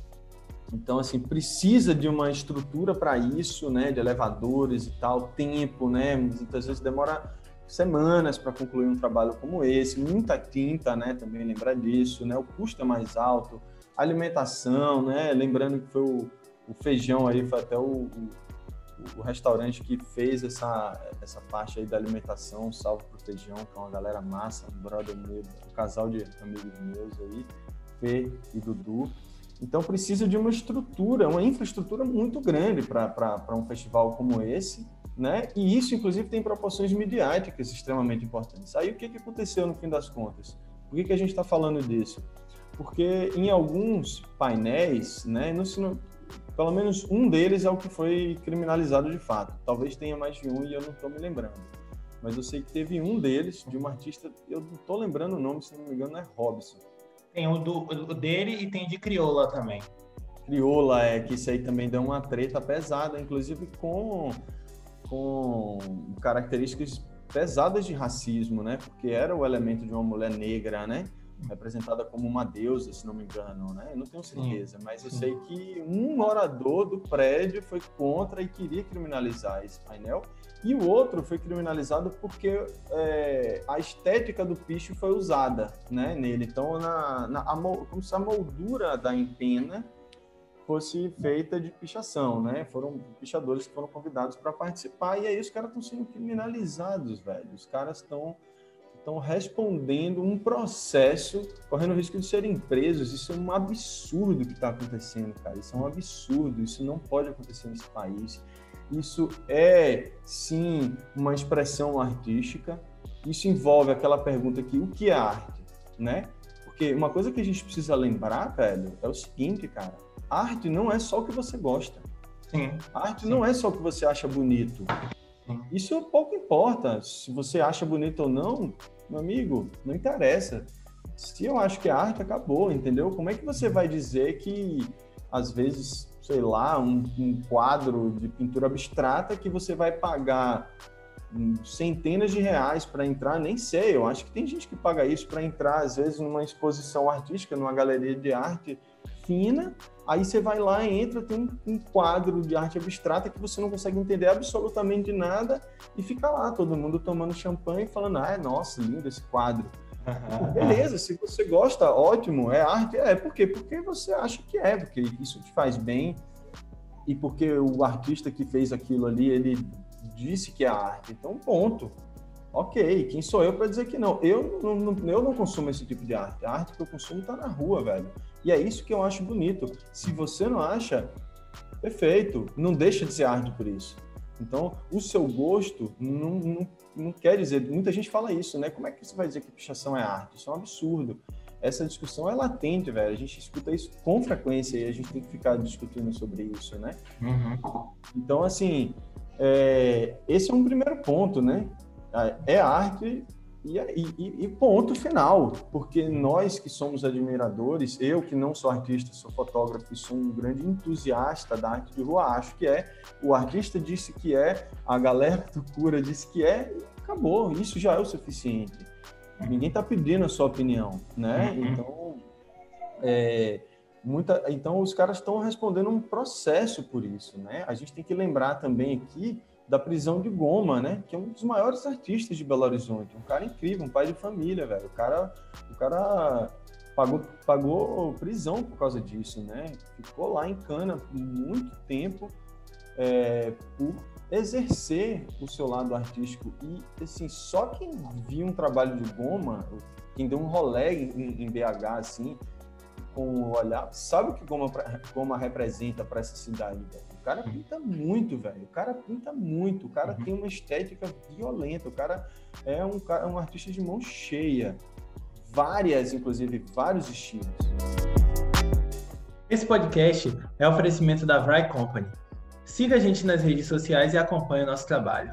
Então, assim, precisa de uma estrutura para isso, né? De elevadores e tal, tempo, né? Muitas vezes demora semanas para concluir um trabalho como esse, muita tinta, né? Também lembrar disso, né? O custo é mais alto, alimentação, né? Lembrando que foi o, o feijão aí, foi até o, o, o restaurante que fez essa, essa parte aí da alimentação, salve pro feijão, que é uma galera massa, um brother meu, um casal de amigos meus aí, Fê e Dudu. Então precisa de uma estrutura, uma infraestrutura muito grande para um festival como esse, né? E isso, inclusive, tem proporções midiáticas extremamente importantes. Aí o que, que aconteceu no fim das contas? Por que, que a gente está falando disso? Porque em alguns painéis, né, no, no, pelo menos um deles é o que foi criminalizado de fato. Talvez tenha mais de um e eu não estou me lembrando. Mas eu sei que teve um deles, de uma artista, eu não estou lembrando o nome, se não me engano, é Robson. Tem o, do, o dele e tem de Crioula também. Crioula, é que isso aí também deu uma treta pesada, inclusive com, com características pesadas de racismo, né? Porque era o elemento de uma mulher negra, né? Representada como uma deusa, se não me engano, né? Eu não tenho certeza, sim, mas eu sim. sei que um morador do prédio foi contra e queria criminalizar esse painel, e o outro foi criminalizado porque é, a estética do picho foi usada, né, nele. Então, na, na, a, como se a moldura da empena fosse feita de pichação, né? Foram pichadores que foram convidados para participar, e aí os caras estão sendo criminalizados, velho. Os caras estão estão respondendo um processo, correndo o risco de serem presos. Isso é um absurdo que está acontecendo, cara. Isso é um absurdo, isso não pode acontecer nesse país. Isso é, sim, uma expressão artística. Isso envolve aquela pergunta aqui, o que é arte, né? Porque uma coisa que a gente precisa lembrar, velho, é o seguinte, cara. Arte não é só o que você gosta. Sim. Arte sim. não é só o que você acha bonito. Sim. Isso pouco importa. Se você acha bonito ou não, meu amigo, não interessa. Se eu acho que é arte, acabou, entendeu? Como é que você vai dizer que, às vezes, sei lá, um, um quadro de pintura abstrata que você vai pagar centenas de reais para entrar, nem sei, eu acho que tem gente que paga isso para entrar, às vezes, numa exposição artística, numa galeria de arte fina, aí você vai lá e entra, tem um, um quadro de arte abstrata que você não consegue entender absolutamente nada e fica lá, todo mundo tomando champanhe e falando, ah, nossa, lindo esse quadro. Beleza, se você gosta, ótimo, é arte, é, por quê? Porque você acha que é, porque isso te faz bem e porque o artista que fez aquilo ali, ele disse que é arte, então ponto. Ok, quem sou eu para dizer que não? Eu não, não? eu não consumo esse tipo de arte. A arte que eu consumo está na rua, velho. E é isso que eu acho bonito. Se você não acha, perfeito. Não deixa de ser arte por isso. Então, o seu gosto não, não, não quer dizer... Muita gente fala isso, né? Como é que você vai dizer que pichação é arte? Isso é um absurdo. Essa discussão é latente, velho. A gente escuta isso com frequência e a gente tem que ficar discutindo sobre isso, né? Uhum. Então, assim, é, esse é um primeiro ponto, né? É arte e, e, e ponto final, porque nós que somos admiradores, eu que não sou artista, sou fotógrafo e sou um grande entusiasta da arte de rua, acho que é, o artista disse que é, a galera do Cura disse que é, e acabou, isso já é o suficiente. Ninguém está pedindo a sua opinião, né? Uhum. Então, é, muita, então, os caras estão respondendo um processo por isso, né? A gente tem que lembrar também aqui da Prisão de Goma, né? Que é um dos maiores artistas de Belo Horizonte. Um cara incrível, um pai de família, velho. O cara, o cara pagou, pagou prisão por causa disso, né? Ficou lá em cana por muito tempo é, por exercer o seu lado artístico. E, assim, só quem viu um trabalho de Goma, quem deu um rolê em, em B H, assim, com o olhar, sabe o que Goma, Goma representa para essa cidade, velho? O cara pinta muito, velho. O cara pinta muito. O cara uhum. tem uma estética violenta. O cara é um, um artista de mão cheia. Várias, inclusive, vários estilos. Esse podcast é um oferecimento da Vry Company. Siga a gente nas redes sociais e acompanhe o nosso trabalho.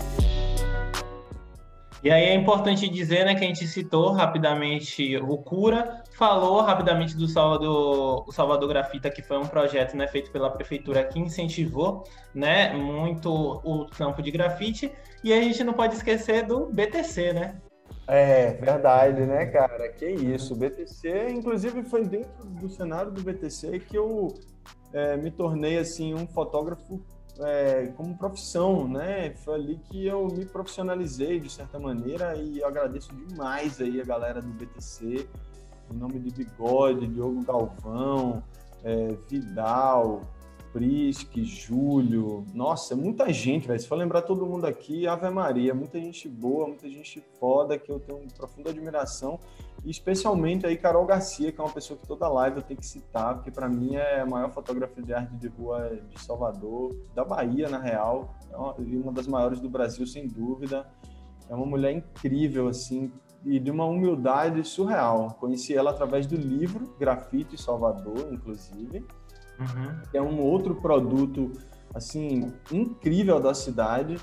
E aí é importante dizer, né, que a gente citou rapidamente o Cura, falou rapidamente do Salvador, o Salvador Grafita, que foi um projeto, né, feito pela prefeitura que incentivou, né, muito o campo de grafite, e a gente não pode esquecer do B T C, né? É, verdade, né, cara? Que isso, o B T C, inclusive foi dentro do cenário do B T C que eu é, me tornei, assim, um fotógrafo É, como profissão, né? Foi ali que eu me profissionalizei de certa maneira e eu agradeço demais aí a galera do B T C, em nome de Bigode, Diogo Galvão, é, Vidal, Prisque, Júlio, nossa, muita gente, velho. Se for lembrar todo mundo aqui, Ave Maria, muita gente boa, muita gente foda, que eu tenho profunda admiração, e especialmente aí Carol Garcia, que é uma pessoa que toda live eu tenho que citar, porque para mim é a maior fotógrafa de arte de rua de Salvador, da Bahia, na real, é uma, uma das maiores do Brasil, sem dúvida. É uma mulher incrível, assim, e de uma humildade surreal. Conheci ela através do livro Grafite Salvador, inclusive, uhum. que é um outro produto, assim, incrível da cidade,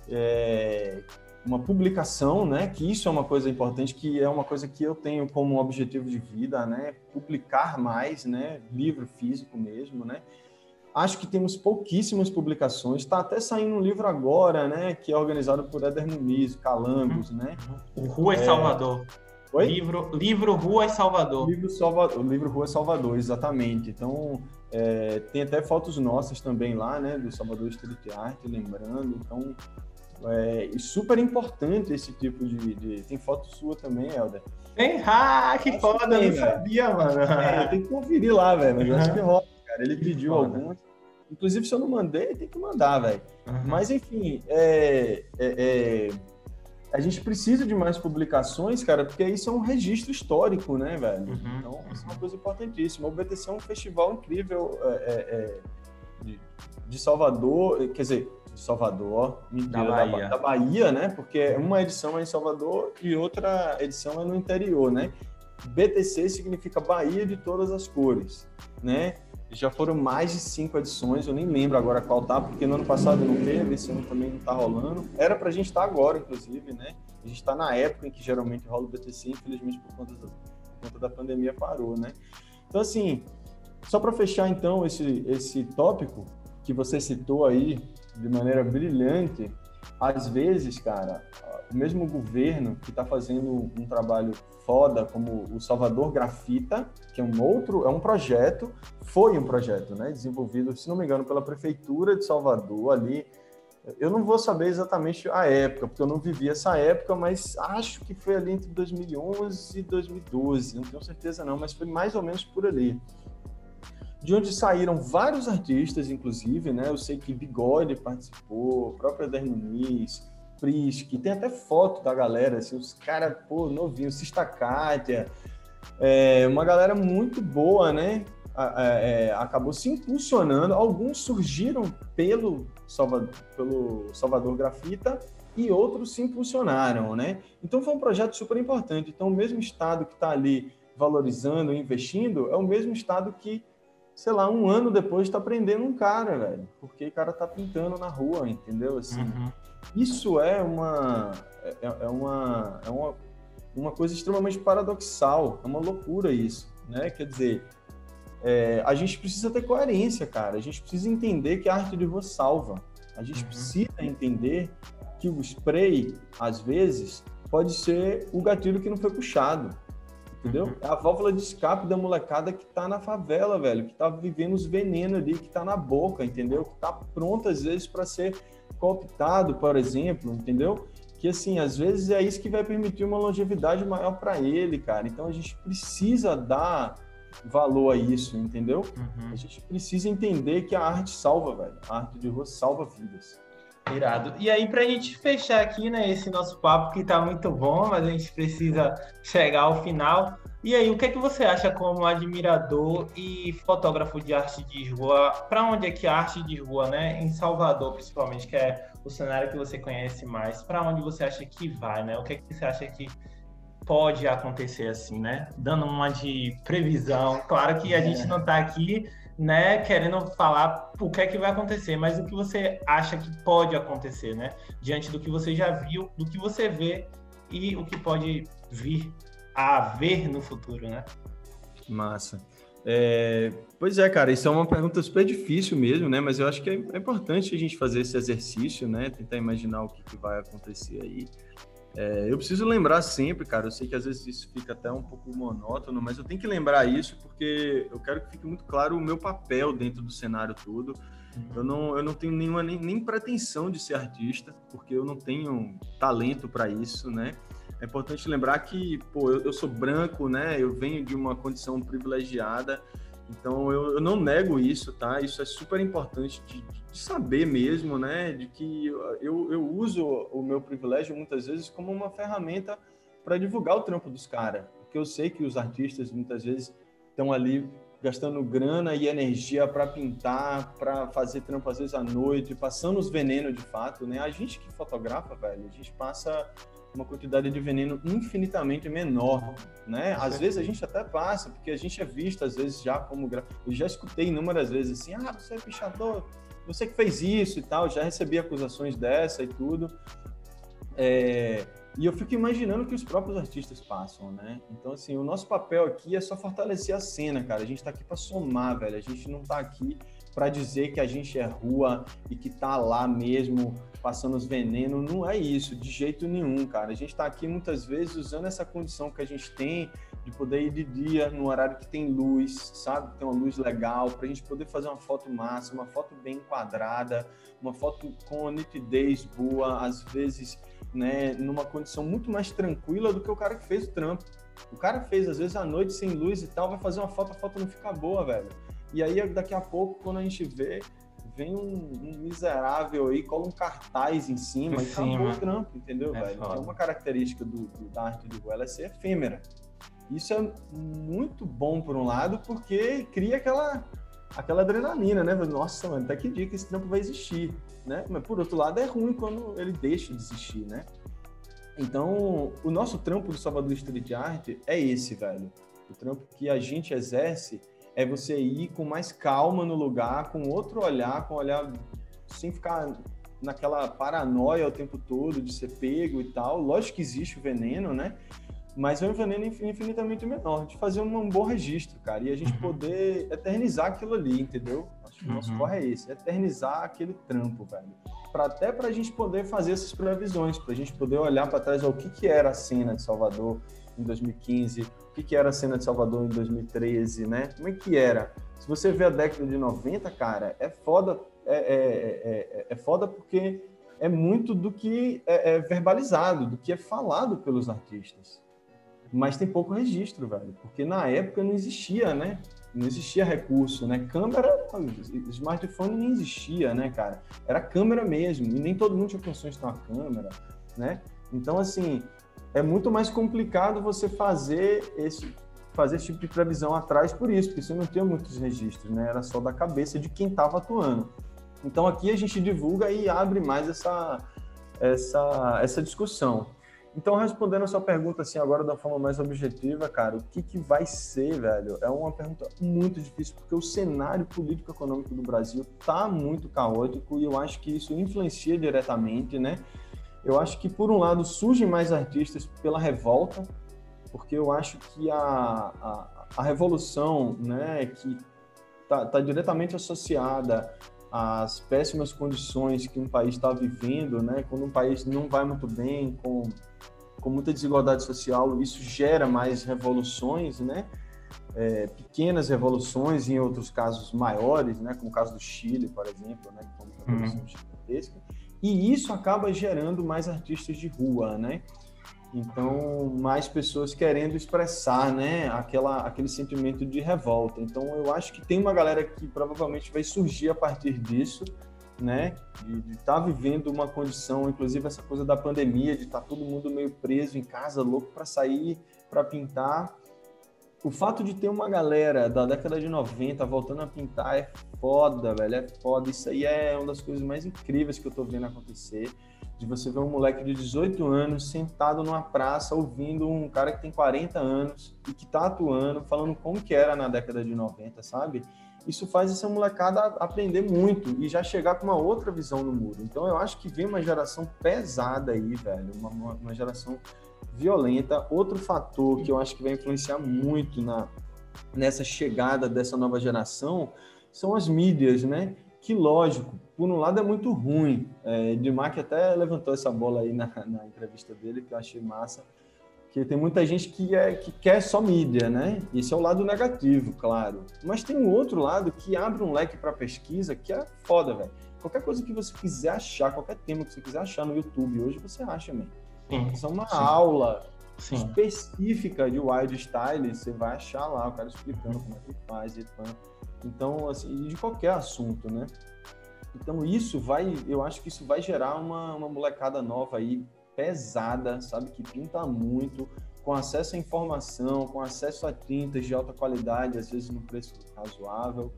é uma publicação, né, que isso é uma coisa importante, que é uma coisa que eu tenho como objetivo de vida, né, publicar mais, né, livro físico mesmo, né. Acho que temos pouquíssimas publicações, está até saindo um livro agora, né, que é organizado por Éder Muniz, Calangos, uhum. né. O Rua é... Salvador. Oi? Livro, livro Rua Salvador. Livro Salvador, o livro Rua Salvador, exatamente. Então, é, tem até fotos nossas também lá, né, do Salvador Street Art, lembrando, então... É super importante esse tipo de, de... Tem foto sua também, Helder? Tem? Ah, que foda, eu não sabia, mano. É, eu tenho que conferir lá, velho, mas eu acho que rola, cara. Ele pediu algumas. Inclusive, se eu não mandei, tem que mandar, velho. Uhum. Mas, enfim, é, é, é... a gente precisa de mais publicações, cara, porque isso é um registro histórico, né, velho? Uhum. Então, isso é uma coisa importantíssima. O B T C é um festival incrível é, é, de, de Salvador, quer dizer... de Salvador, da Bahia. Da, da Bahia, né? Porque uma edição é em Salvador e outra edição é no interior, né? B T C significa Bahia de todas as cores, né? Já foram mais de cinco edições, eu nem lembro agora qual tá, porque no ano passado não teve, esse ano também não tá rolando. Era pra gente estar tá agora, inclusive, né? A gente tá na época em que geralmente rola o B T C, infelizmente por conta do, por conta da pandemia parou, né? Então, assim, só para fechar, então, esse, esse tópico que você citou aí de maneira brilhante, às vezes, cara, o mesmo governo que está fazendo um trabalho foda, como o Salvador Grafita, que é um outro, é um projeto, foi um projeto, né, desenvolvido, se não me engano, pela Prefeitura de Salvador ali. Eu não vou saber exatamente a época, porque eu não vivi essa época, mas acho que foi ali entre dois mil e onze e dois mil e doze, não tenho certeza não, mas foi mais ou menos por ali. De onde saíram vários artistas, inclusive, né? Eu sei que Bigode participou, o próprio Eder Muniz, Prisk, tem até foto da galera, assim, os caras, pô, novinhos, Sista Kátia, é, uma galera muito boa, né? É, acabou se impulsionando, alguns surgiram pelo Salvador, pelo Salvador Grafita e outros se impulsionaram, né? Então foi um projeto super importante. Então o mesmo estado que está ali valorizando, investindo, é o mesmo estado que, sei lá, um ano depois está prendendo um cara, velho, porque o cara tá pintando na rua, entendeu? Assim, uhum. Isso é uma, é, é uma, é uma, uma coisa extremamente paradoxal, é uma loucura isso, né? Quer dizer, é, a gente precisa ter coerência, cara, a gente precisa entender que a arte de rua salva, a gente uhum. precisa entender que o spray, às vezes, pode ser o gatilho que não foi puxado. Entendeu? É a válvula de escape da molecada que tá na favela, velho, que tá vivendo os venenos ali, que tá na boca, entendeu? Que tá pronto, às vezes, para ser cooptado, por exemplo, entendeu? Que, assim, às vezes é isso que vai permitir uma longevidade maior para ele, cara. Então, a gente precisa dar valor a isso, entendeu? Uhum. A gente precisa entender que a arte salva, velho. A arte de rua salva vidas. Irado. E aí, pra gente fechar aqui, né, esse nosso papo que tá muito bom, mas a gente precisa chegar ao final. E aí, o que é que você acha como admirador e fotógrafo de arte de rua? Para onde é que a arte de rua, né, em Salvador principalmente, que é o cenário que você conhece mais, para onde você acha que vai, né? O que é que você acha que pode acontecer assim, né? Dando uma de previsão. Claro que a é. gente não tá aqui, né, querendo falar o que é que vai acontecer, mas o que você acha que pode acontecer, né? Diante do que você já viu, do que você vê e o que pode vir a ver no futuro, né? Massa. É, pois é, cara, isso é uma pergunta super difícil mesmo, né? Mas eu acho que é, é importante a gente fazer esse exercício, né? Tentar imaginar o que, que vai acontecer aí. É, eu preciso lembrar sempre, cara, eu sei que às vezes isso fica até um pouco monótono, mas eu tenho que lembrar isso porque eu quero que fique muito claro o meu papel dentro do cenário todo. Eu não, eu não tenho nenhuma, nem, nem pretensão de ser artista, porque eu não tenho talento para isso, né? É importante lembrar que, pô, eu, eu sou branco, né? Eu venho de uma condição privilegiada, então eu, eu não nego isso, tá? Isso é super importante de, de saber mesmo, né? De que eu, eu uso o meu privilégio muitas vezes como uma ferramenta para divulgar o trampo dos caras, porque eu sei que os artistas muitas vezes estão ali gastando grana e energia para pintar, para fazer trampo às vezes à noite, passando os venenos de fato, né? A gente que fotografa, velho, a gente passa uma quantidade de veneno infinitamente menor, né? Às vezes a gente até passa, porque a gente é visto às vezes já como... Gra... Eu já escutei inúmeras vezes assim, ah, você é pichador, você que fez isso e tal, já recebi acusações dessa e tudo. É... E eu fico imaginando que os próprios artistas passam, né? Então, assim, o nosso papel aqui é só fortalecer a cena, cara. A gente tá aqui para somar, velho. A gente não tá aqui para dizer que a gente é rua e que tá lá mesmo passando os venenos. Não é isso, de jeito nenhum, cara. A gente tá aqui muitas vezes usando essa condição que a gente tem de poder ir de dia, no horário que tem luz, sabe? Tem uma luz legal, pra gente poder fazer uma foto massa, uma foto bem enquadrada, uma foto com nitidez boa, às vezes, né, numa condição muito mais tranquila do que o cara que fez o trampo. O cara fez, às vezes, à noite sem luz e tal, vai fazer uma foto, a foto não fica boa, velho. E aí, daqui a pouco, quando a gente vê, vem um, um miserável aí, cola um cartaz em cima e acabou o trampo, entendeu, é velho? Então, uma característica do, do, da arte de rua, ela é ser efêmera. Isso é muito bom, por um lado, porque cria aquela, aquela adrenalina, né? Nossa, mano, até que dia que esse trampo vai existir, né? Mas, por outro lado, é ruim quando ele deixa de existir, né? Então, o nosso trampo do Salvador Street Art é esse, velho. O trampo que a gente exerce é você ir com mais calma no lugar, com outro olhar, com olhar sem ficar naquela paranoia o tempo todo de ser pego e tal. Lógico que existe o veneno, né? mas é um veneno infinitamente menor, de fazer um bom registro, cara, e a gente poder eternizar aquilo ali, entendeu? Acho que o nosso Uhum. corre é esse, eternizar aquele trampo, velho. Pra, até para a gente poder fazer essas previsões, para a gente poder olhar para trás, ó, o que, que era a cena de Salvador em dois mil e quinze, o que, que era a cena de Salvador em dois mil e treze, né? Como é que era? Se você vê a década de noventa, cara, é foda, é, é, é, é foda porque é muito do que é, é verbalizado, do que é falado pelos artistas. Mas tem pouco registro, velho, porque na época não existia, né? Não existia recurso, né? Câmera, smartphone nem existia, né, cara? Era câmera mesmo, e nem todo mundo tinha condições de ter uma câmera, né? Então, assim, é muito mais complicado você fazer esse, fazer esse tipo de previsão atrás por isso, porque você não tinha muitos registros, né? Era só da cabeça de quem estava atuando. Então, aqui a gente divulga e abre mais essa, essa, essa discussão. Então, respondendo a sua pergunta, assim, agora da forma mais objetiva, cara, o que, que vai ser, velho? É uma pergunta muito difícil, porque o cenário político-econômico do Brasil tá muito caótico e eu acho que isso influencia diretamente, né? Eu acho que, por um lado, surgem mais artistas pela revolta, porque eu acho que a, a, a revolução, né, que tá, tá diretamente associada às péssimas condições que um país está vivendo, né? Quando um país não vai muito bem, com com muita desigualdade social, isso gera mais revoluções, né? É, pequenas revoluções, em outros casos maiores, né? Como o caso do Chile, por exemplo, né? Que foi uma revolução uhum. gigantesca. E isso acaba gerando mais artistas de rua, né? Então, mais pessoas querendo expressar, né? Aquela, aquele sentimento de revolta. Então, eu acho que tem uma galera que provavelmente vai surgir a partir disso, né, de estar tá vivendo uma condição, inclusive essa coisa da pandemia, de estar tá todo mundo meio preso em casa, louco para sair, para pintar. O fato de ter uma galera da década de noventa voltando a pintar é foda, velho, é foda. Isso aí é uma das coisas mais incríveis que eu tô vendo acontecer, de você ver um moleque de dezoito anos sentado numa praça ouvindo um cara que tem quarenta anos e que tá atuando, falando como que era na década de noventa, sabe? Isso faz essa molecada aprender muito e já chegar com uma outra visão no mundo. Então, eu acho que vem uma geração pesada aí, velho, uma, uma, uma geração violenta. Outro fator que eu acho que vai influenciar muito na, nessa chegada dessa nova geração são as mídias, né? Que, lógico, por um lado é muito ruim. É, Edmar até levantou essa bola aí na, na entrevista dele, que eu achei massa, que tem muita gente que, é, que quer só mídia, né? Esse é o lado negativo, claro. Mas tem um outro lado que abre um leque para pesquisa que é foda, velho. Qualquer coisa que você quiser achar, qualquer tema que você quiser achar no YouTube hoje, você acha, man. Isso é uma sim. aula sim. específica de wild style, você vai achar lá o cara explicando como é que faz. Então, assim, de qualquer assunto, né? Então, isso vai, eu acho que isso vai gerar uma, uma molecada nova aí, pesada, sabe, que pinta muito, com acesso à informação, com acesso a tintas de alta qualidade, às vezes no preço razoável,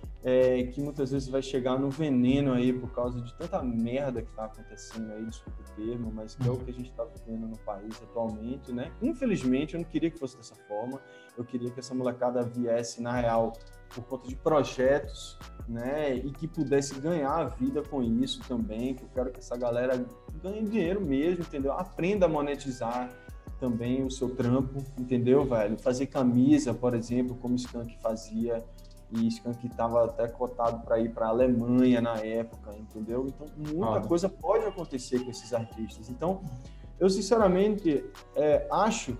é, que muitas vezes vai chegar no veneno aí por causa de tanta merda que está acontecendo aí, desculpa o termo, mas que é o que a gente está vivendo no país atualmente, né? Infelizmente, eu não queria que fosse dessa forma, eu queria que essa molecada viesse, na real, por conta de projetos, né, e que pudesse ganhar a vida com isso também, que eu quero que essa galera ganhe dinheiro mesmo, entendeu? Aprenda a monetizar também o seu trampo, entendeu, velho? Fazer camisa, por exemplo, como o Skank fazia, e Skank estava até cotado para ir para a Alemanha na época, entendeu? Então, muita ah. coisa pode acontecer com esses artistas. Então, eu sinceramente é, acho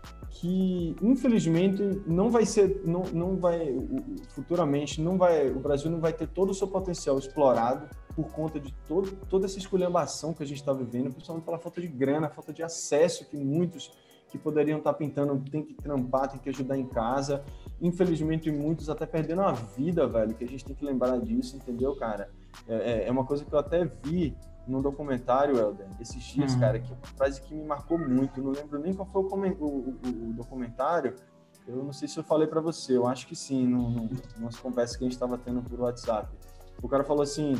que infelizmente não vai ser, não, não vai, futuramente não vai, o Brasil não vai ter todo o seu potencial explorado por conta de todo, toda essa esculhambação que a gente está vivendo, principalmente pela falta de grana, falta de acesso que muitos que poderiam estar pintando tem que trampar, tem que ajudar em casa. Infelizmente, muitos até perdendo a vida, velho, que a gente tem que lembrar disso, entendeu, cara? É, é uma coisa que eu até vi num documentário, Helder, esses dias, uhum. cara, que é uma frase que me marcou muito. Eu não lembro nem qual foi o, o, o, o documentário. Eu não sei se eu falei para você, eu acho que sim, no, no, nas conversas que a gente estava tendo por WhatsApp. O cara falou assim,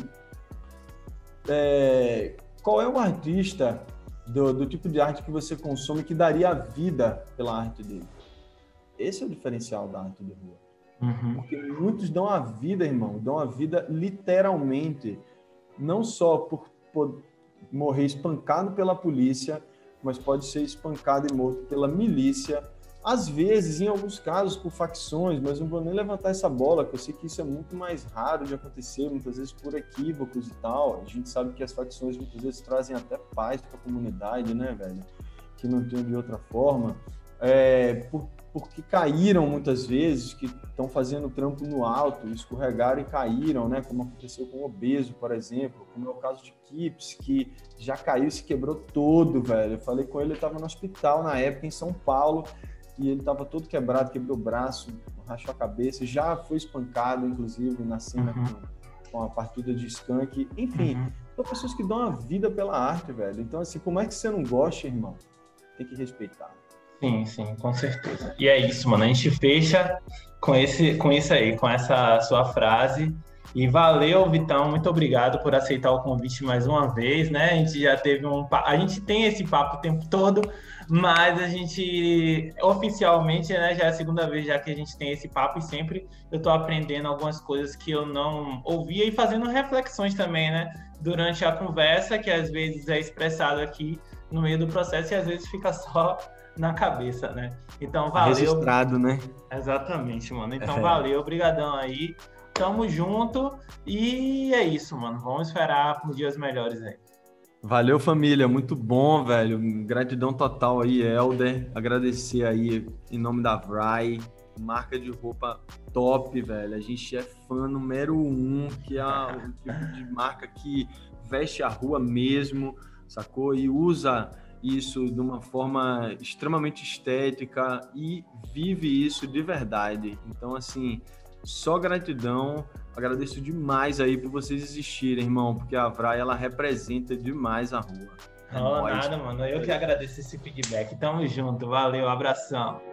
é, qual é o artista do, do tipo de arte que você consome que daria a vida pela arte dele? Esse é o diferencial da arte de rua. Uhum. Porque muitos dão a vida, irmão, dão a vida literalmente, não só por, por morrer espancado pela polícia, mas pode ser espancado e morto pela milícia, às vezes, em alguns casos, por facções, mas não vou nem levantar essa bola, que eu sei que isso é muito mais raro de acontecer, muitas vezes por equívocos e tal. A gente sabe que as facções muitas vezes trazem até paz para a comunidade, né, velho? Que não tem de outra forma. É, por, porque caíram muitas vezes, que estão fazendo trampo no alto, escorregaram e caíram, né? Como aconteceu com o Obeso, por exemplo, como é o caso de Kips, que já caiu e se quebrou todo, velho. Eu falei com ele, ele estava no hospital na época, em São Paulo, e ele estava todo quebrado, quebrou o braço, rachou a cabeça, já foi espancado, inclusive, na cena uhum. com, com a partida de Skank. Enfim, uhum. são pessoas que dão a vida pela arte, velho. Então, assim, como é que você não gosta, irmão? Tem que respeitar. Sim, sim, com certeza. E é isso, mano. A gente fecha com, esse, com isso aí, com essa sua frase. E valeu, Vitão. Muito obrigado por aceitar o convite mais uma vez, né? A gente já teve um... A gente tem esse papo o tempo todo, mas a gente, oficialmente, né, já é a segunda vez já que a gente tem esse papo e sempre eu tô aprendendo algumas coisas que eu não ouvia e fazendo reflexões também, né? Durante a conversa, que às vezes é expressado aqui no meio do processo e às vezes fica só na cabeça, né? Então, valeu. Registrado, né? Exatamente, mano. Então, é. valeu. Obrigadão aí. Tamo junto. E é isso, mano. Vamos esperar por dias melhores aí. Valeu, família. Muito bom, velho. Gratidão total aí, Helder. Agradecer aí em nome da Vry. Marca de roupa top, velho. A gente é fã número um, que é o tipo de marca que veste a rua mesmo, sacou? E usa isso de uma forma extremamente estética e vive isso de verdade. Então, assim, só gratidão. Agradeço demais aí por vocês existirem, irmão, porque a Vry, ela representa demais a rua. É não, nóis. Nada, mano. Eu que agradeço esse feedback. Tamo junto. Valeu, abração.